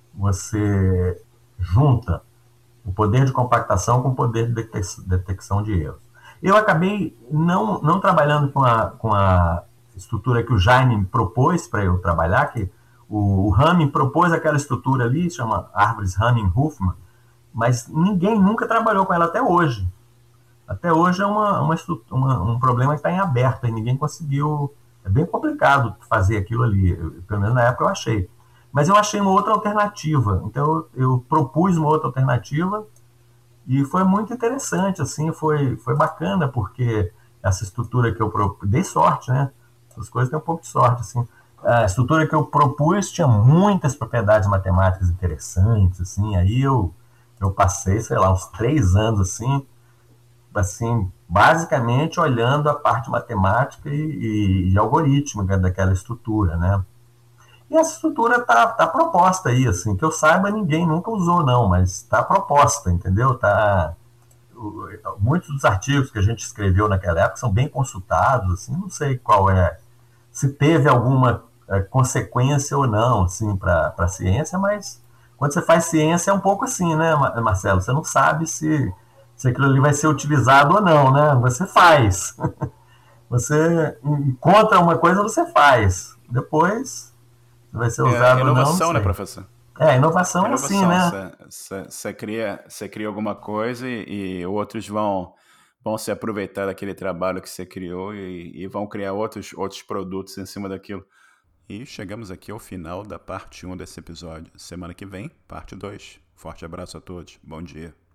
você junta o poder de compactação com o poder de detecção de erros. Eu acabei não, não trabalhando com a, com a estrutura que o Jaime me propôs para eu trabalhar, que o, o Hamming propôs aquela estrutura ali, chama Árvores Hamming-Huffman, mas ninguém nunca trabalhou com ela até hoje. Até hoje é uma, uma, uma, um problema que está em aberto, e ninguém conseguiu... É bem complicado fazer aquilo ali, eu, pelo menos na época eu achei. Mas eu achei uma outra alternativa, então eu, eu propus uma outra alternativa, e foi muito interessante, assim, foi, foi bacana, porque essa estrutura que eu propus... Dei sorte, né? Essas coisas têm um pouco de sorte, assim. A estrutura que eu propus tinha muitas propriedades matemáticas interessantes, assim, aí eu... Eu passei, sei lá, uns três anos, assim, assim basicamente olhando a parte matemática e, e, e algorítmica daquela estrutura, né? E essa estrutura tá, tá proposta aí, assim, que eu saiba, ninguém nunca usou, não, mas tá proposta, entendeu? Tá, muitos dos artigos que a gente escreveu naquela época são bem consultados, assim, não sei qual é, se teve alguma é, consequência ou não, assim, para a ciência, mas... Quando você faz ciência é um pouco assim, né, Marcelo? Você não sabe se, se aquilo ali vai ser utilizado ou não, né? Você faz. Você encontra uma coisa, você faz. Depois, vai ser É usado ou não, não inovação, né, sei. professor? É, inovação é assim, Inovação. né? Você cria, você cria alguma coisa e, e outros vão, vão se aproveitar daquele trabalho que você criou e, e vão criar outros, outros produtos em cima daquilo. E chegamos aqui ao final da parte um desse episódio. Semana que vem, parte dois. Forte abraço a todos. Bom dia.